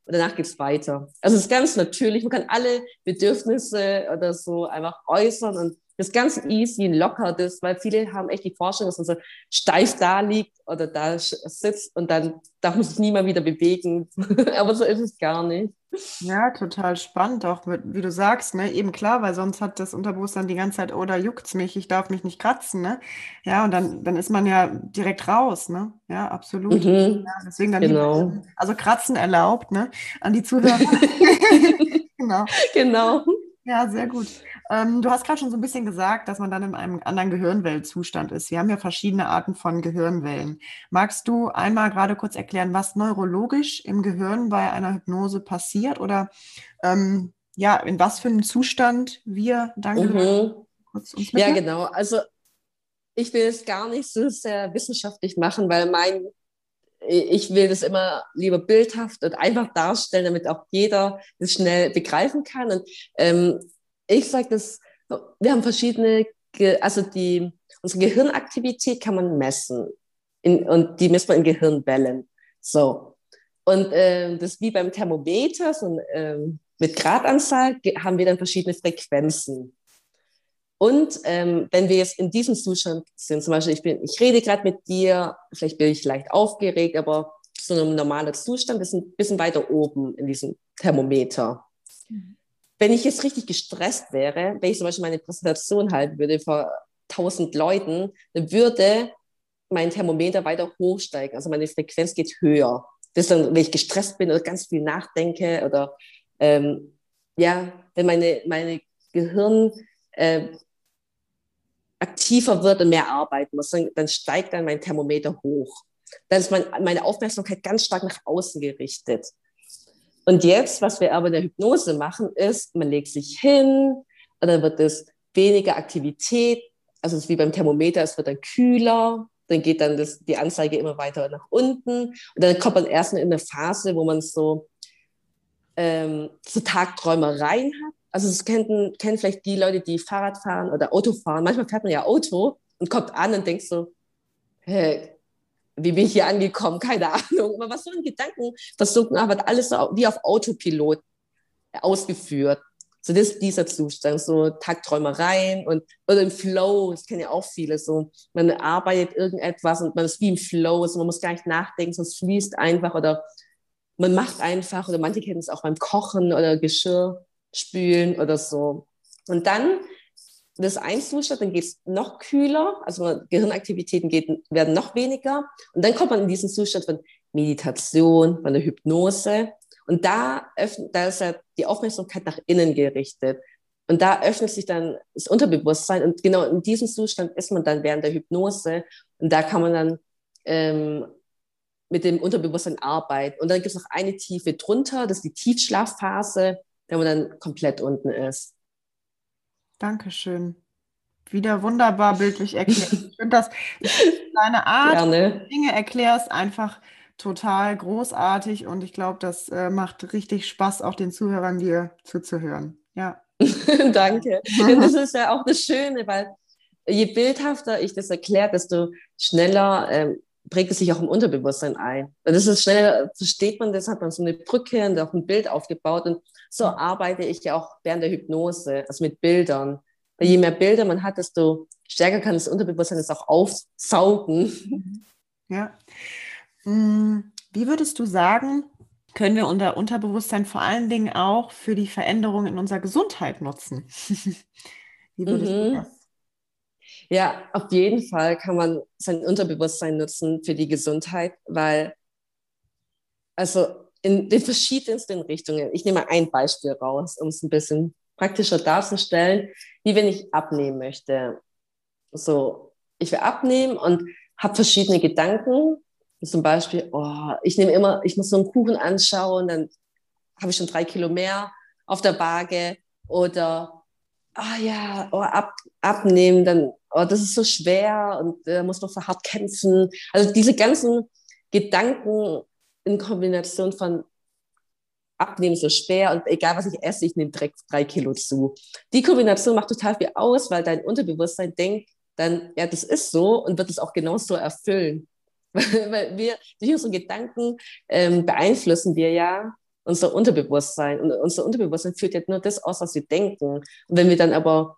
und danach geht es weiter. Also es ist ganz natürlich, man kann alle Bedürfnisse oder so einfach äußern und das ist ganz easy und locker, das, weil viele haben echt die Vorstellung, dass man so steif da liegt oder da sitzt und dann darf man sich nie mal wieder bewegen. Aber so ist es gar nicht. Ja, total spannend, auch wie du sagst, ne? Eben klar, weil sonst hat das Unterbewusstsein die ganze Zeit, oh, da juckt's mich, ich darf mich nicht kratzen, ne? Ja, und dann ist man ja direkt raus, ne? Ja, absolut. Ja, Mhm, deswegen dann lieber, genau. also Kratzen erlaubt, ne? An die Zuhörer. Genau. Genau. Ja, sehr gut. Du hast gerade schon so ein bisschen gesagt, dass man dann in einem anderen Gehirnwellenzustand ist. Wir haben ja verschiedene Arten von Gehirnwellen. Magst du einmal gerade kurz erklären, was neurologisch im Gehirn bei einer Hypnose passiert oder ja, in was für einem Zustand wir dann gelangen? Mhm. Kurz uns Ja, mitnehmen? genau. Also ich will es gar nicht so sehr wissenschaftlich machen, weil ich will das immer lieber bildhaft und einfach darstellen, damit auch jeder das schnell begreifen kann. Und ähm, ich sage das, wir haben verschiedene, also unsere Gehirnaktivität kann man messen und die misst man in Gehirnwellen. So. Und das ist wie beim Thermometer, so mit Gradanzahl haben wir dann verschiedene Frequenzen. Und wenn wir jetzt in diesem Zustand sind, zum Beispiel ich rede gerade mit dir, vielleicht bin ich leicht aufgeregt, aber so ein normaler Zustand ist ein bisschen weiter oben in diesem Thermometer. Wenn ich jetzt richtig gestresst wäre, wenn ich zum Beispiel meine Präsentation halten würde vor 1000 Leuten, dann würde mein Thermometer weiter hochsteigen. Also meine Frequenz geht höher. Das ist dann, wenn ich gestresst bin oder ganz viel nachdenke oder ja, wenn meine Gehirn aktiver wird und mehr arbeiten muss, dann steigt dann mein Thermometer hoch. Dann ist meine Aufmerksamkeit ganz stark nach außen gerichtet. Und jetzt, was wir aber in der Hypnose machen, ist, man legt sich hin und dann wird es weniger Aktivität, also es ist wie beim Thermometer, es wird dann kühler, dann geht dann die Anzeige immer weiter nach unten und dann kommt man erst in eine Phase, wo man so Tagträumereien hat. Also es kennen vielleicht die Leute, die Fahrrad fahren oder Auto fahren. Manchmal fährt man ja Auto und kommt an und denkt so, hey, wie bin ich hier angekommen? Keine Ahnung. Aber was so ein Gedanken versunken wird alles so wie auf Autopilot ausgeführt. So das ist dieser Zustand, so Tagträumereien oder im Flow, das kennen ja auch viele, so man arbeitet irgendetwas und man ist wie im Flow, so man muss gar nicht nachdenken, sonst fließt einfach oder man macht einfach, oder manche kennen es auch beim Kochen oder Geschirr spülen oder so. Und dann, das ist ein Zustand, dann geht es noch kühler, also Gehirnaktivitäten werden noch weniger. Und dann kommt man in diesen Zustand von Meditation, von der Hypnose. Und da ist ja die Aufmerksamkeit nach innen gerichtet. Und da öffnet sich dann das Unterbewusstsein. Und genau in diesem Zustand ist man dann während der Hypnose. Und da kann man dann mit dem Unterbewusstsein arbeiten. Und dann gibt es noch eine Tiefe drunter, das ist die Tiefschlafphase, wenn man dann komplett unten ist. Dankeschön. Wieder wunderbar bildlich erklärt. Ich finde deine Art, wie du Gerne. Dinge erklärst, einfach total großartig und ich glaube, das macht richtig Spaß, auch den Zuhörern dir zuzuhören. Ja. Danke. Denn das ist ja auch das Schöne, weil je bildhafter ich das erkläre, desto schneller prägt es sich auch im Unterbewusstsein ein. Und das ist schneller, versteht man das, hat man so eine Brücke und auch ein Bild aufgebaut. Und so arbeite ich ja auch während der Hypnose, also mit Bildern. Weil je mehr Bilder man hat, desto stärker kann das Unterbewusstsein das auch aufsaugen. Ja. Wie würdest du sagen, können wir unser Unterbewusstsein vor allen Dingen auch für die Veränderung in unserer Gesundheit nutzen? Wie würdest du Mhm. das? Ja, auf jeden Fall kann man sein Unterbewusstsein nutzen für die Gesundheit, weil also in den verschiedensten Richtungen. Ich nehme mal ein Beispiel raus, um es ein bisschen praktischer darzustellen, wie wenn ich abnehmen möchte. So, ich will abnehmen und habe verschiedene Gedanken. Zum Beispiel, oh, ich muss so einen Kuchen anschauen, dann habe ich schon 3 Kilo mehr auf der Waage. Oder, ah ja, abnehmen, dann, oh, das ist so schwer und muss noch so hart kämpfen. Also diese ganzen Gedanken in Kombination von Abnehmen so schwer und egal was ich esse, ich nehme direkt 3 Kilo zu. Die Kombination macht total viel aus, weil dein Unterbewusstsein denkt dann, ja, das ist so und wird es auch genauso erfüllen. Weil wir durch unsere Gedanken beeinflussen wir ja unser Unterbewusstsein. Und unser Unterbewusstsein führt ja nur das aus, was wir denken. Und wenn wir dann aber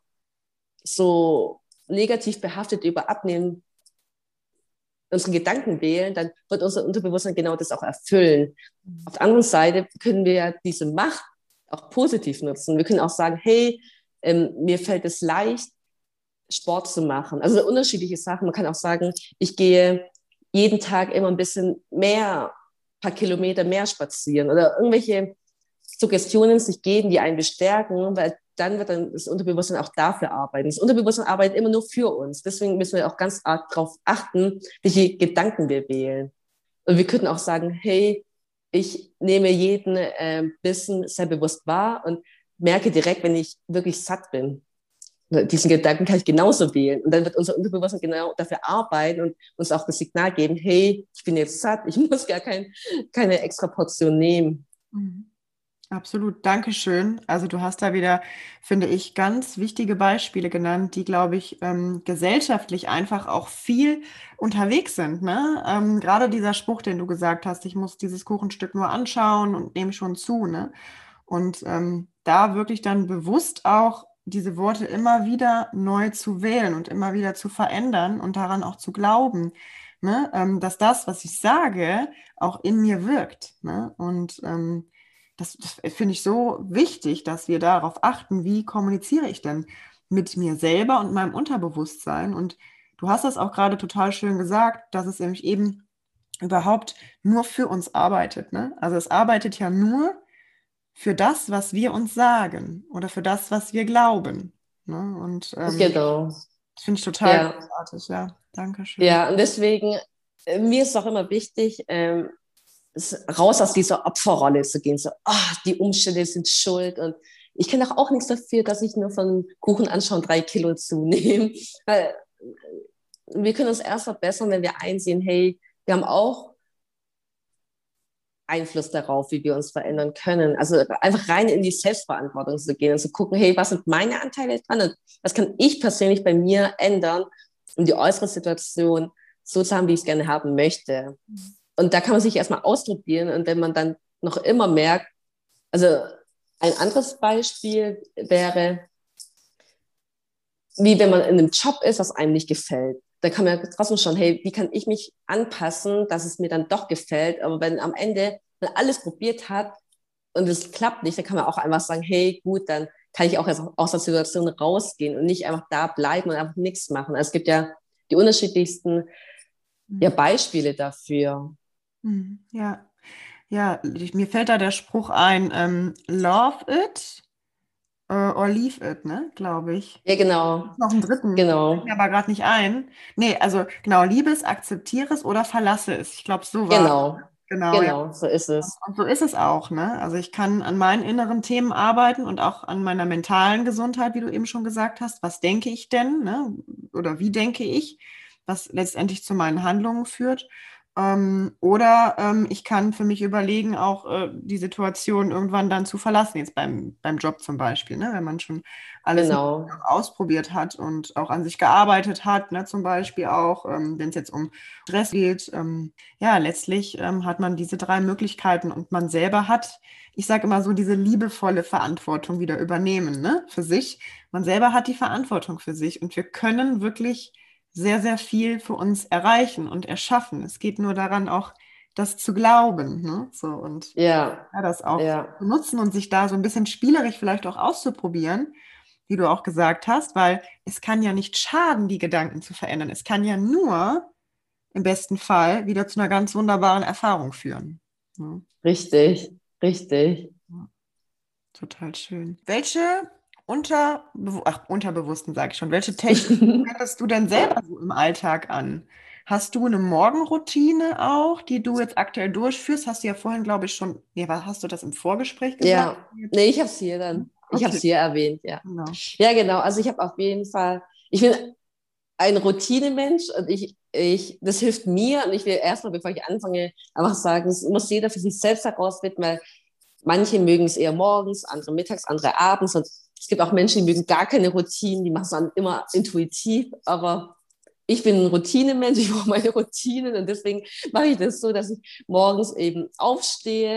so negativ behaftet über Abnehmen unsere Gedanken wählen, dann wird unser Unterbewusstsein genau das auch erfüllen. Auf der anderen Seite können wir ja diese Macht auch positiv nutzen. Wir können auch sagen, hey, mir fällt es leicht, Sport zu machen. Also unterschiedliche Sachen. Man kann auch sagen, ich gehe jeden Tag immer ein bisschen mehr, ein paar Kilometer mehr spazieren oder irgendwelche Suggestionen sich geben, die einen bestärken, weil dann wird dann das Unterbewusstsein auch dafür arbeiten. Das Unterbewusstsein arbeitet immer nur für uns. Deswegen müssen wir auch ganz arg darauf achten, welche Gedanken wir wählen. Und wir könnten auch sagen, hey, ich nehme jeden Bissen sehr bewusst wahr und merke direkt, wenn ich wirklich satt bin. Diesen Gedanken kann ich genauso wählen. Und dann wird unser Unterbewusstsein genau dafür arbeiten und uns auch das Signal geben, hey, ich bin jetzt satt, ich muss gar keine extra Portion nehmen. Mhm. Absolut, Dankeschön. Also du hast da wieder, finde ich, ganz wichtige Beispiele genannt, die, glaube ich, gesellschaftlich einfach auch viel unterwegs sind. Ne? Gerade dieser Spruch, den du gesagt hast, ich muss dieses Kuchenstück nur anschauen und nehme schon zu. Ne? Und da wirklich dann bewusst auch diese Worte immer wieder neu zu wählen und immer wieder zu verändern und daran auch zu glauben, ne? Dass das, was ich sage, auch in mir wirkt. Ne? Und das finde ich so wichtig, dass wir darauf achten, wie kommuniziere ich denn mit mir selber und meinem Unterbewusstsein. Und du hast das auch gerade total schön gesagt, dass es nämlich eben überhaupt nur für uns arbeitet. Ne? Also es arbeitet ja nur für das, was wir uns sagen oder für das, was wir glauben. Ne? Und Genau. das finde ich total Ja, großartig. Ja, danke schön. ja, und deswegen, mir ist es auch immer wichtig, raus aus dieser Opferrolle zu gehen. So, die Umstände sind schuld und ich kann doch auch nichts dafür, dass ich nur von Kuchen anschauen 3 Kilo zunehme. Weil wir können uns erst verbessern, wenn wir einsehen, hey, wir haben auch Einfluss darauf, wie wir uns verändern können. Also einfach rein in die Selbstverantwortung zu gehen und zu gucken, hey, was sind meine Anteile dran und was kann ich persönlich bei mir ändern, um die äußere Situation so zu haben, wie ich es gerne haben möchte. Und da kann man sich erstmal ausprobieren und wenn man dann noch immer merkt, also ein anderes Beispiel wäre, wie wenn man in einem Job ist, was einem nicht gefällt. Da kann man trotzdem schauen, hey, wie kann ich mich anpassen, dass es mir dann doch gefällt. Aber wenn am Ende man alles probiert hat und es klappt nicht, dann kann man auch einfach sagen, hey, gut, dann kann ich auch erst aus der Situation rausgehen und nicht einfach da bleiben und einfach nichts machen. Also es gibt ja die unterschiedlichsten ja, Beispiele dafür. Ja, ja, mir fällt da der Spruch ein, love it or leave it, ne, glaube ich. Ja, genau, Noch einen dritten, fällt mir genau, aber gerade nicht ein. Nee, also genau, liebe es, akzeptiere es oder verlasse es. Ich glaube, so war es. genau, Genau, ja. genau, so ist es. Und so ist es auch, ne? Also ich kann an meinen inneren Themen arbeiten und auch an meiner mentalen Gesundheit, wie du eben schon gesagt hast. Was denke ich denn, ne? Oder wie denke ich, was letztendlich zu meinen Handlungen führt. Oder ich kann für mich überlegen, auch die Situation irgendwann dann zu verlassen, jetzt beim Job zum Beispiel, ne? Wenn man schon alles Genau, ausprobiert hat und auch an sich gearbeitet hat, ne? Zum Beispiel auch, wenn es jetzt um Stress geht. Ja, letztlich hat man diese drei Möglichkeiten und man selber hat, ich sage immer so, diese liebevolle Verantwortung wieder übernehmen, ne? Für sich. Man selber hat die Verantwortung für sich und wir können wirklich sehr, sehr viel für uns erreichen und erschaffen. Es geht nur daran, auch das zu glauben, ne? So und ja, ja, das auch ja, zu nutzen und sich da so ein bisschen spielerisch vielleicht auch auszuprobieren, wie du auch gesagt hast, weil es kann ja nicht schaden, die Gedanken zu verändern. Es kann ja nur im besten Fall wieder zu einer ganz wunderbaren Erfahrung führen. Ja, richtig, richtig. ja, total schön. Welche unterbewussten, sage ich schon, welche Technik wendest du denn selber so im Alltag an? Hast du eine Morgenroutine auch, die du jetzt aktuell durchführst? Hast du ja vorhin, glaube ich, schon, nee, hast du das im Vorgespräch gesagt? Ja, nee, ich habe es hier dann. Ich habe es Okay, hier erwähnt, ja. genau. Ja, genau. Also ich habe auf jeden Fall, ich bin ein Routinemensch und das hilft mir und ich will erstmal, bevor ich anfange, einfach sagen, es muss jeder für sich selbst herausfinden, weil manche mögen es eher morgens, andere mittags, andere abends und es gibt auch Menschen, die mögen gar keine Routinen, die machen es dann immer intuitiv, aber ich bin ein Routinemensch, ich brauche meine Routinen und deswegen mache ich das so, dass ich morgens eben aufstehe,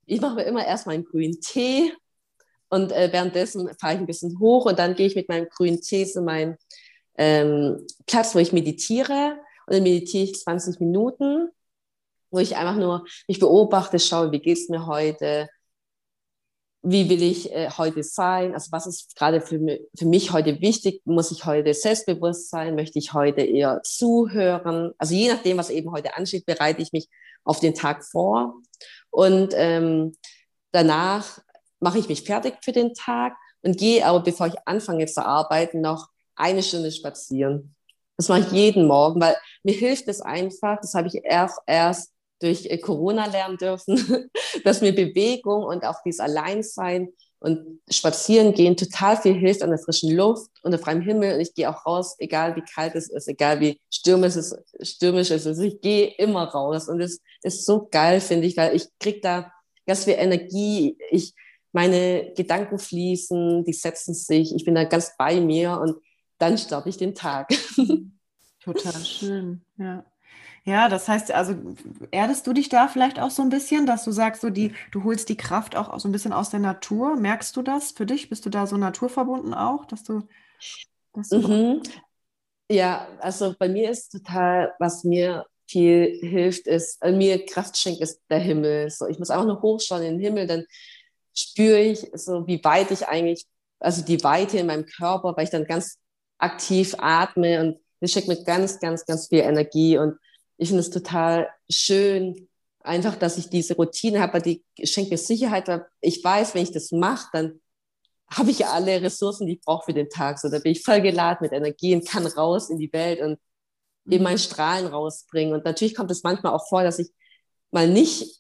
ich mache mir immer erst meinen grünen Tee und währenddessen fahre ich ein bisschen hoch und dann gehe ich mit meinem grünen Tee zu meinem Platz, wo ich meditiere. Und dann meditiere ich 20 Minuten, wo ich einfach nur mich beobachte, schaue, wie geht es mir heute, wie will ich heute sein, also was ist gerade für mich heute wichtig, muss ich heute selbstbewusst sein, möchte ich heute eher zuhören, also je nachdem, was eben heute ansteht, bereite ich mich auf den Tag vor und danach mache ich mich fertig für den Tag und gehe aber, bevor ich anfange zu arbeiten, noch eine Stunde spazieren. Das mache ich jeden Morgen, weil mir hilft es einfach, das habe ich erst durch Corona lernen dürfen, dass mir Bewegung und auch dieses Alleinsein und Spazieren gehen total viel hilft an der frischen Luft, unter freiem Himmel. Und ich gehe auch raus, egal wie kalt es ist, egal wie stürmisch es ist. Ich gehe immer raus. Und es ist so geil, finde ich, weil ich kriege da ganz viel Energie. Meine Gedanken fließen, die setzen sich. Ich bin da ganz bei mir und dann starte ich den Tag. Total schön, ja. Ja, das heißt, also erdest du dich da vielleicht auch so ein bisschen, dass du sagst, du holst die Kraft auch so ein bisschen aus der Natur. Merkst du das für dich? Bist du da so naturverbunden auch, dass du Mhm. Ja, also bei mir ist total, was mir viel hilft, mir Kraft schenkt, ist der Himmel. So, ich muss einfach nur hochschauen in den Himmel, dann spüre ich so, wie weit ich eigentlich, also die Weite in meinem Körper, weil ich dann ganz aktiv atme und das schenkt mir ganz, ganz, ganz viel Energie und ich finde es total schön, einfach, dass ich diese Routine habe, weil die schenkt mir Sicherheit, weil ich weiß, wenn ich das mache, dann habe ich ja alle Ressourcen, die ich brauche für den Tag. So, da bin ich voll geladen mit Energie und kann raus in die Welt und eben Mhm. mein Strahlen rausbringen. Und natürlich kommt es manchmal auch vor, dass ich mal nicht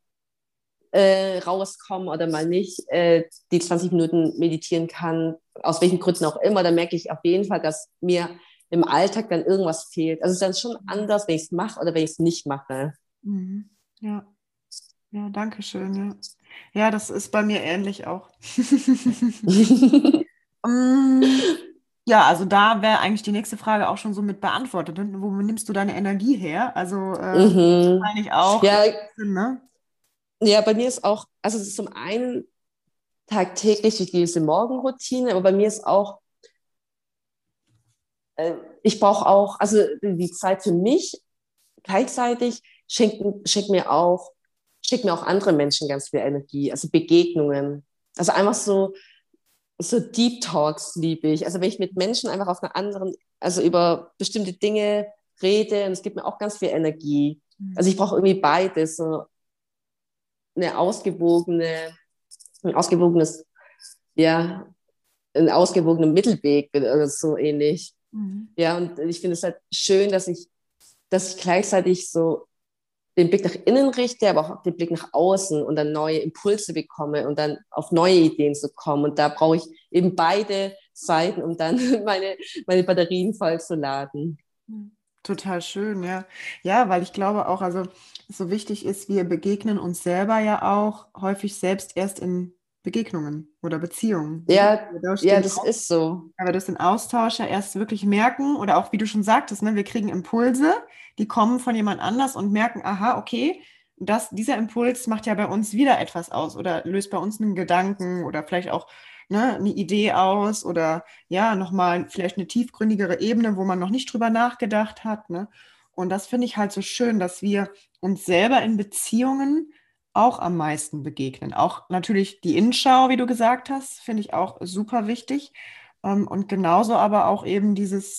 rauskomme oder mal nicht die 20 Minuten meditieren kann, aus welchen Gründen auch immer. Da merke ich auf jeden Fall, dass mir im Alltag dann irgendwas fehlt. Also es ist dann schon anders, wenn ich es mache oder wenn ich es nicht mache. Mhm. Ja, ja, danke schön, ja. Ja, das ist bei mir ähnlich auch. Mm, ja, also da wäre eigentlich die nächste Frage auch schon so mit beantwortet. Und wo nimmst du deine Energie her? Also Mhm. wahrscheinlich auch, Ja, ne? ja, bei mir ist auch, also es ist zum einen tagtäglich durch diese Morgenroutine, aber bei mir ist auch, ich brauche auch, also die Zeit für mich gleichzeitig schenkt mir auch andere Menschen ganz viel Energie, also Begegnungen. Also einfach so Deep Talks liebe ich. Also wenn ich mit Menschen einfach auf einer anderen, also über bestimmte Dinge rede, und es gibt mir auch ganz viel Energie. Also ich brauche irgendwie beides, so eine ein ausgewogenes, ja, einen ausgewogenen Mittelweg oder so ähnlich. Mhm. Ja, und ich finde es halt schön, dass ich gleichzeitig so den Blick nach innen richte, aber auch den Blick nach außen und dann neue Impulse bekomme und dann auf neue Ideen zu kommen. Und da brauche ich eben beide Seiten, um dann meine Batterien voll zu laden. Mhm. Total schön, ja. Ja, weil ich glaube auch, also so wichtig ist, wir begegnen uns selber ja auch häufig selbst erst in Begegnungen oder Beziehungen. Ne? Ja, Wir durch ja, den, das ist so. aber durch den Austausch ja erst wirklich merken oder auch, wie du schon sagtest, ne, wir kriegen Impulse, die kommen von jemand anders und merken, aha, okay, dieser Impuls macht ja bei uns wieder etwas aus oder löst bei uns einen Gedanken oder vielleicht auch ne, eine Idee aus oder ja, nochmal vielleicht eine tiefgründigere Ebene, wo man noch nicht drüber nachgedacht hat. Ne? Und das finde ich halt so schön, dass wir uns selber in Beziehungen auch am meisten begegnen. Auch natürlich die Innenschau, wie du gesagt hast, finde ich auch super wichtig. Und genauso aber auch eben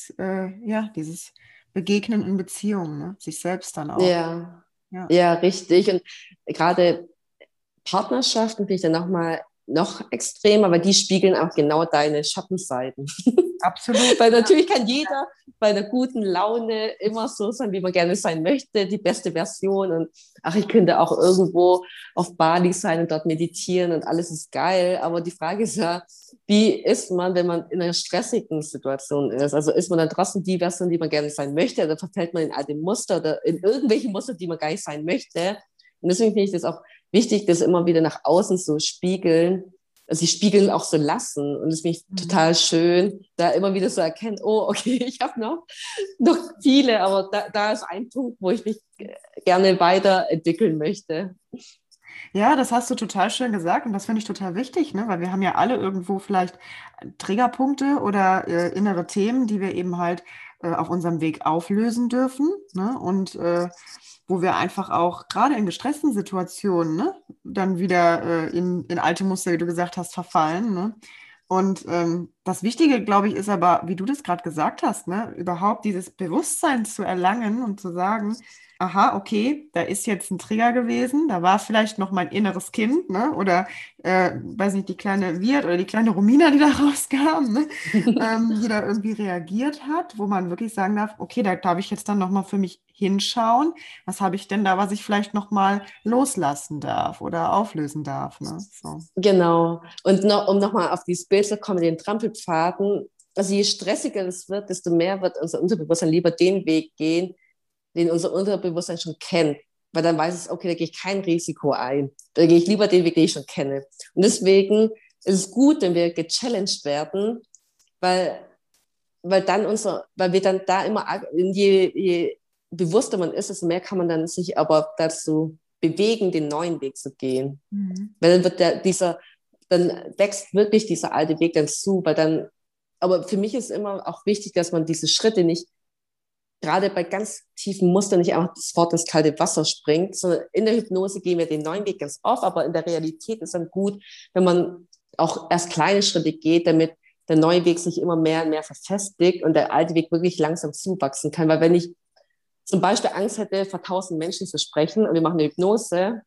dieses Begegnen in Beziehungen, ne? Sich selbst dann auch. Ja, Ja, ja, richtig. Und gerade Partnerschaften finde ich dann noch extremer, weil die spiegeln auch genau deine Schattenseiten. absolut. Weil natürlich kann jeder bei einer guten Laune immer so sein, wie man gerne sein möchte, die beste Version. Und ach, ich könnte auch irgendwo auf Bali sein und dort meditieren und alles ist geil. Aber die Frage ist ja, wie ist man, wenn man in einer stressigen Situation ist? Also ist man dann trotzdem die Version, die man gerne sein möchte, oder verfällt man in alte Muster oder in irgendwelche Muster, die man gar nicht sein möchte? Und deswegen finde ich das auch wichtig, das immer wieder nach außen zu spiegeln, sie spiegeln auch so lassen. Und das finde ich Mhm. total schön, da immer wieder so erkennen, oh, okay, ich habe noch viele, aber da ist ein Punkt, wo ich mich gerne weiterentwickeln möchte. Ja, das hast du total schön gesagt und das finde ich total wichtig, ne? Weil wir haben ja alle irgendwo vielleicht Triggerpunkte oder innere Themen, die wir eben halt auf unserem Weg auflösen dürfen, ne? Und wo wir einfach auch gerade in gestressten Situationen, ne, dann wieder in alte Muster, wie du gesagt hast, verfallen, ne? Und das Wichtige, glaube ich, ist aber, wie du das gerade gesagt hast, ne, überhaupt dieses Bewusstsein zu erlangen und zu sagen, aha, okay, da ist jetzt ein Trigger gewesen, da war vielleicht noch mein inneres Kind, ne? Oder weiß nicht, die kleine Wirt oder die kleine Romina, die da rauskam, ne? Die da irgendwie reagiert hat, wo man wirklich sagen darf, okay, da darf ich jetzt dann nochmal für mich hinschauen, was habe ich denn da, was ich vielleicht nochmal loslassen darf oder auflösen darf, ne? So. Genau. Und noch, um nochmal auf dieses Bild zu kommen, den Trampelpfaden, also je stressiger es wird, desto mehr wird unser Unterbewusstsein lieber den Weg gehen, den unser Unterbewusstsein schon kennt. Weil dann weiß es, okay, da gehe ich kein Risiko ein. Da gehe ich lieber den Weg, den ich schon kenne. Und deswegen ist es gut, wenn wir gechallenged werden, weil, weil wir dann da immer, je bewusster man ist, desto mehr kann man dann sich aber dazu bewegen, den neuen Weg zu gehen. Mhm. Weil dann wird dann wächst wirklich dieser alte Weg dann zu, weil dann, aber für mich ist immer auch wichtig, dass man diese Schritte nicht, gerade bei ganz tiefen Mustern, nicht einfach sofort ins kalte Wasser springt, sondern in der Hypnose gehen wir den neuen Weg ganz oft, aber in der Realität ist dann gut, wenn man auch erst kleine Schritte geht, damit der neue Weg sich immer mehr und mehr verfestigt und der alte Weg wirklich langsam zuwachsen kann. Weil wenn ich zum Beispiel Angst hätte, vor 1000 Menschen zu sprechen und wir machen eine Hypnose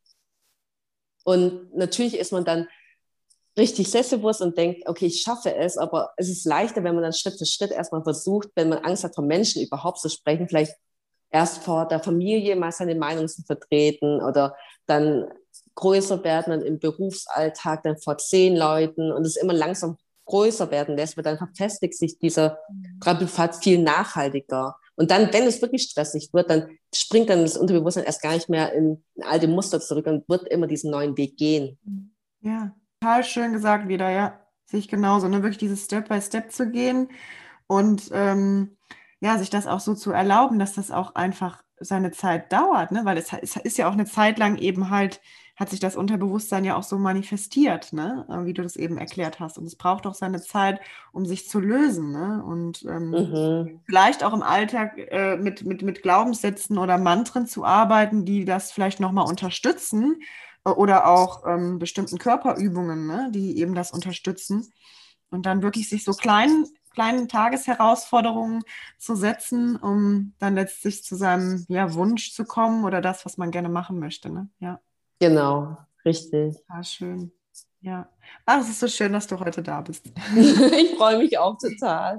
und natürlich ist man dann richtig selbstbewusst und denkt, okay, ich schaffe es, aber es ist leichter, wenn man dann Schritt für Schritt erstmal versucht, wenn man Angst hat, von Menschen überhaupt zu sprechen, vielleicht erst vor der Familie mal seine Meinung zu vertreten oder dann größer werden dann im Berufsalltag, dann vor 10 Leuten und es immer langsam größer werden lässt, weil dann verfestigt sich dieser Trampelpfad viel nachhaltiger. Und dann, wenn es wirklich stressig wird, dann springt dann das Unterbewusstsein erst gar nicht mehr in alte Muster zurück und wird immer diesen neuen Weg gehen. Ja, total schön gesagt wieder, ja. Sehe ich genauso, ne? Wirklich dieses Step by Step zu gehen und ja, sich das auch so zu erlauben, dass das auch einfach seine Zeit dauert, ne? Weil es ist ja auch eine Zeit lang eben halt, hat sich das Unterbewusstsein ja auch so manifestiert, ne? Wie du das eben erklärt hast. Und es braucht auch seine Zeit, um sich zu lösen, ne? Und Mhm. vielleicht auch im Alltag mit Glaubenssätzen oder Mantren zu arbeiten, die das vielleicht nochmal unterstützen oder auch bestimmten Körperübungen, ne, die eben das unterstützen und dann wirklich sich so kleinen Tagesherausforderungen zu setzen, um dann letztlich zu seinem ja, Wunsch zu kommen oder das, was man gerne machen möchte. Ne? Ja, Genau, richtig. schön. Ja. Ach, es ist so schön, dass du heute da bist. Ich freue mich auch total.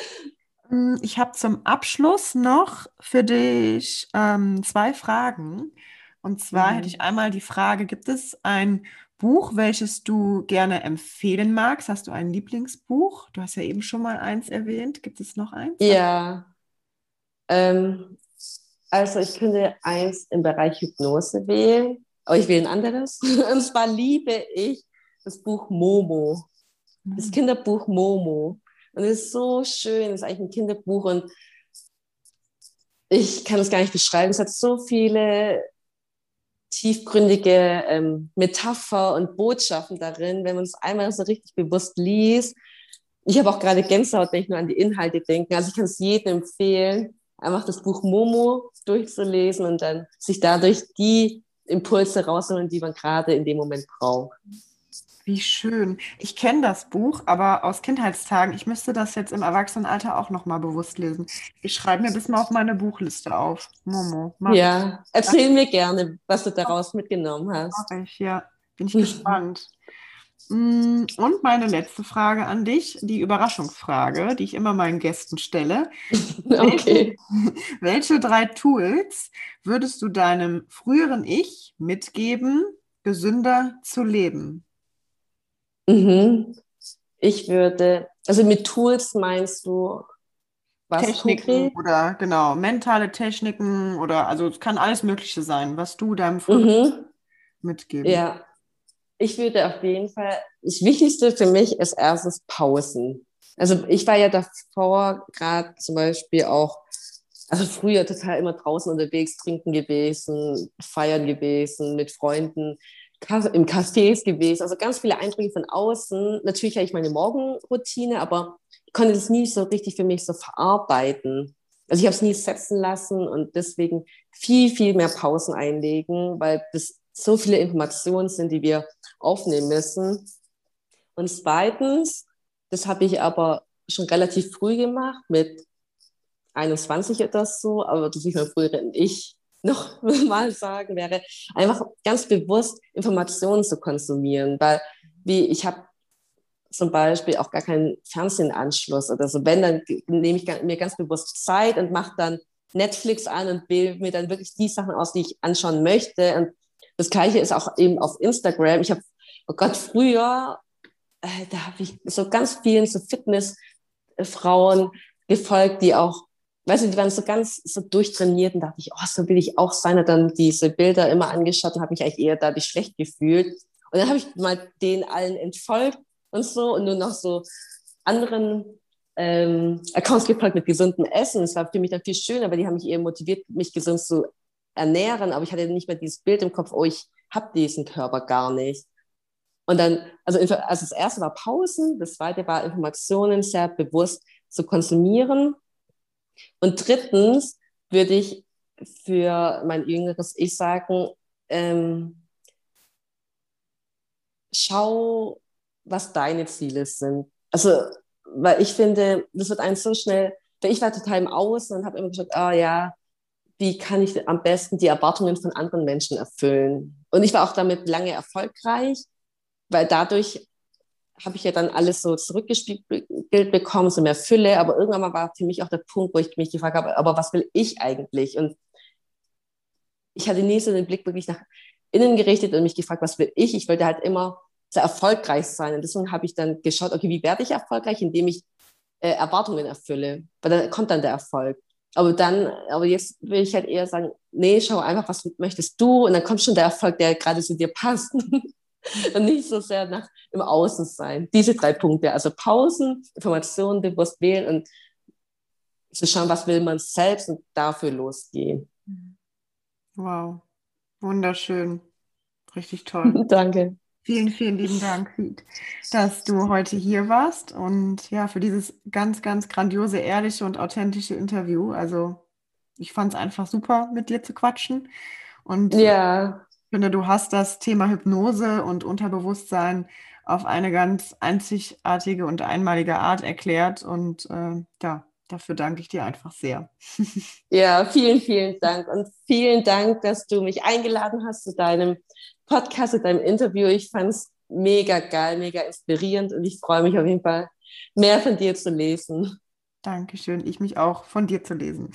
Ich habe zum Abschluss noch für dich zwei Fragen. Und zwar hätte ich Mhm. einmal die Frage, gibt es ein Buch, welches du gerne empfehlen magst? Hast du ein Lieblingsbuch? Du hast ja eben schon mal eins erwähnt. Gibt es noch eins? Ja, ähm, also ich könnte eins im Bereich Hypnose wählen, aber ich wähle ein anderes. Und zwar liebe ich das Buch Momo, das Hm. Kinderbuch Momo. Und es ist so schön, es ist eigentlich ein Kinderbuch und ich kann es gar nicht beschreiben. Es hat so viele tiefgründige Metapher und Botschaften darin, wenn man es einmal so richtig bewusst liest. Ich habe auch gerade Gänsehaut, wenn ich nur an die Inhalte denke. Also ich kann es jedem empfehlen, einfach das Buch Momo durchzulesen und dann sich dadurch die Impulse rausholen, die man gerade in dem Moment braucht. Wie schön. Ich kenne das Buch, aber aus Kindheitstagen. Ich müsste das jetzt im Erwachsenenalter auch noch mal bewusst lesen. Ich schreibe mir das mal auf meine Buchliste auf. Momo, mache ich. Ja, erzähl mir gerne, was du daraus mitgenommen hast. Mache ich, ja. Bin ich gespannt. Und meine letzte Frage an dich, die Überraschungsfrage, die ich immer meinen Gästen stelle. Welche, Okay. welche drei Tools würdest du deinem früheren Ich mitgeben, gesünder zu leben? Mhm. Ich würde, also mit Tools meinst du was Techniken konkret? oder genau, mentale Techniken oder also es kann alles Mögliche sein, was du deinem früheren Mhm. mitgeben. Ja, ich würde auf jeden Fall, das Wichtigste für mich ist erstens Pausen. Also ich war ja davor gerade zum Beispiel auch, also früher total immer draußen unterwegs, trinken gewesen, feiern gewesen, mit Freunden im Cafés gewesen, also ganz viele Eindrücke von außen. Natürlich hatte ich meine Morgenroutine, aber ich konnte das nie so richtig für mich so verarbeiten. Also ich habe es nie setzen lassen und deswegen viel, viel mehr Pausen einlegen, weil das so viele Informationen sind, die wir aufnehmen müssen. Und zweitens, das habe ich aber schon relativ früh gemacht, mit 21 oder so, aber das ich mein früheren Ich noch mal sagen wäre, einfach ganz bewusst Informationen zu konsumieren, weil wie ich habe zum Beispiel auch gar keinen Fernsehanschluss oder so. Wenn, dann nehme ich mir ganz bewusst Zeit und mache dann Netflix an und wähle mir dann wirklich die Sachen aus, die ich anschauen möchte. Und das Gleiche ist auch eben auf Instagram. Ich habe, oh Gott, früher, da habe ich so ganz vielen so Fitnessfrauen gefolgt, die auch, weißt du, die waren so ganz so durchtrainiert und dachte ich, oh, so will ich auch sein. Und dann diese Bilder immer angeschaut und habe mich eigentlich eher dadurch schlecht gefühlt. Und dann habe ich mal denen allen entfolgt und so und nur noch so anderen Accounts gefolgt mit gesundem Essen. Es war für mich dann viel schöner, weil die haben mich eher motiviert, mich gesund zu ernähren, aber ich hatte nicht mehr dieses Bild im Kopf, oh, ich habe diesen Körper gar nicht. Und dann, also das erste war Pausen, das zweite war Informationen sehr bewusst zu konsumieren. Und drittens würde ich für mein jüngeres Ich sagen, schau, was deine Ziele sind. Also, weil ich finde, das wird einem so schnell, weil ich war total im Außen und habe immer gesagt, ah ja, wie kann ich am besten die Erwartungen von anderen Menschen erfüllen? Und ich war auch damit lange erfolgreich, weil dadurch habe ich ja dann alles so zurückgespiegelt bekommen, so mehr Fülle, aber irgendwann mal war für mich auch der Punkt, wo ich mich gefragt habe, aber was will ich eigentlich? Und ich hatte nie so den Blick wirklich nach innen gerichtet und mich gefragt, was will ich? Ich wollte halt immer sehr erfolgreich sein und deswegen habe ich dann geschaut, okay, wie werde ich erfolgreich, indem ich Erwartungen erfülle, weil dann kommt dann der Erfolg. Aber jetzt will ich halt eher sagen, nee, schau einfach, was möchtest du und dann kommt schon der Erfolg, der gerade zu dir passt. Und nicht so sehr nach im Außen sein. Diese 3 Punkte, also Pausen, Informationen bewusst wählen und zu schauen, was will man selbst und dafür losgehen. Wow, wunderschön, richtig toll. Danke. Vielen, vielen lieben Dank, Riet, dass du heute hier warst und ja, für dieses ganz, ganz grandiose, ehrliche und authentische Interview. Also ich fand es einfach super, mit dir zu quatschen und Ja, ich finde, du hast das Thema Hypnose und Unterbewusstsein auf eine ganz einzigartige und einmalige Art erklärt und ja, dafür danke ich dir einfach sehr. ja, vielen, vielen Dank und vielen Dank, dass du mich eingeladen hast zu deinem Podcast, zu deinem Interview. Ich fand es mega geil, mega inspirierend und ich freue mich auf jeden Fall, mehr von dir zu lesen. Dankeschön, ich mich auch, von dir zu lesen.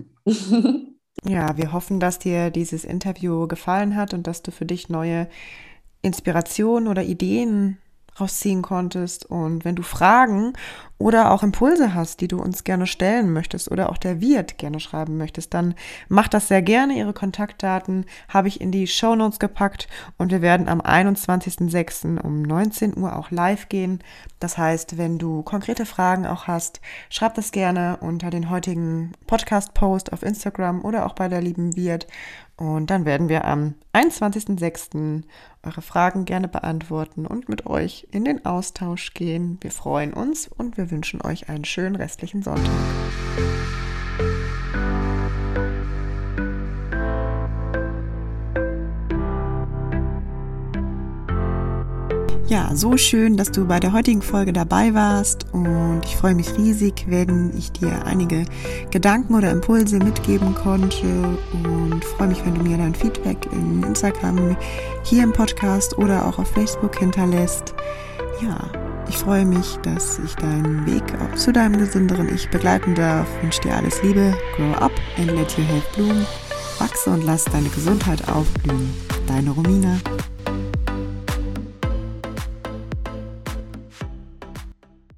Ja, wir hoffen, dass dir dieses Interview gefallen hat und dass du für dich neue Inspirationen oder Ideen rausziehen konntest. Und wenn du Fragen oder auch Impulse hast, die du uns gerne stellen möchtest oder auch der Wirt gerne schreiben möchtest, dann mach das sehr gerne. Ihre Kontaktdaten habe ich in die Shownotes gepackt und wir werden am 21.06. um 19 Uhr auch live gehen. Das heißt, wenn du konkrete Fragen auch hast, schreib das gerne unter den heutigen Podcast-Post auf Instagram oder auch bei der lieben Wirt. Und dann werden wir am 21.06. eure Fragen gerne beantworten und mit euch in den Austausch gehen. Wir freuen uns und wir wünschen euch einen schönen restlichen Sonntag. Ja, so schön, dass du bei der heutigen Folge dabei warst und ich freue mich riesig, wenn ich dir einige Gedanken oder Impulse mitgeben konnte und freue mich, wenn du mir dein Feedback in Instagram, hier im Podcast oder auch auf Facebook hinterlässt. Ja, ich freue mich, dass ich deinen Weg auch zu deinem gesünderen Ich begleiten darf. Ich wünsche dir alles Liebe, grow up and let your health bloom. Wachse und lass deine Gesundheit aufblühen. Deine Romina.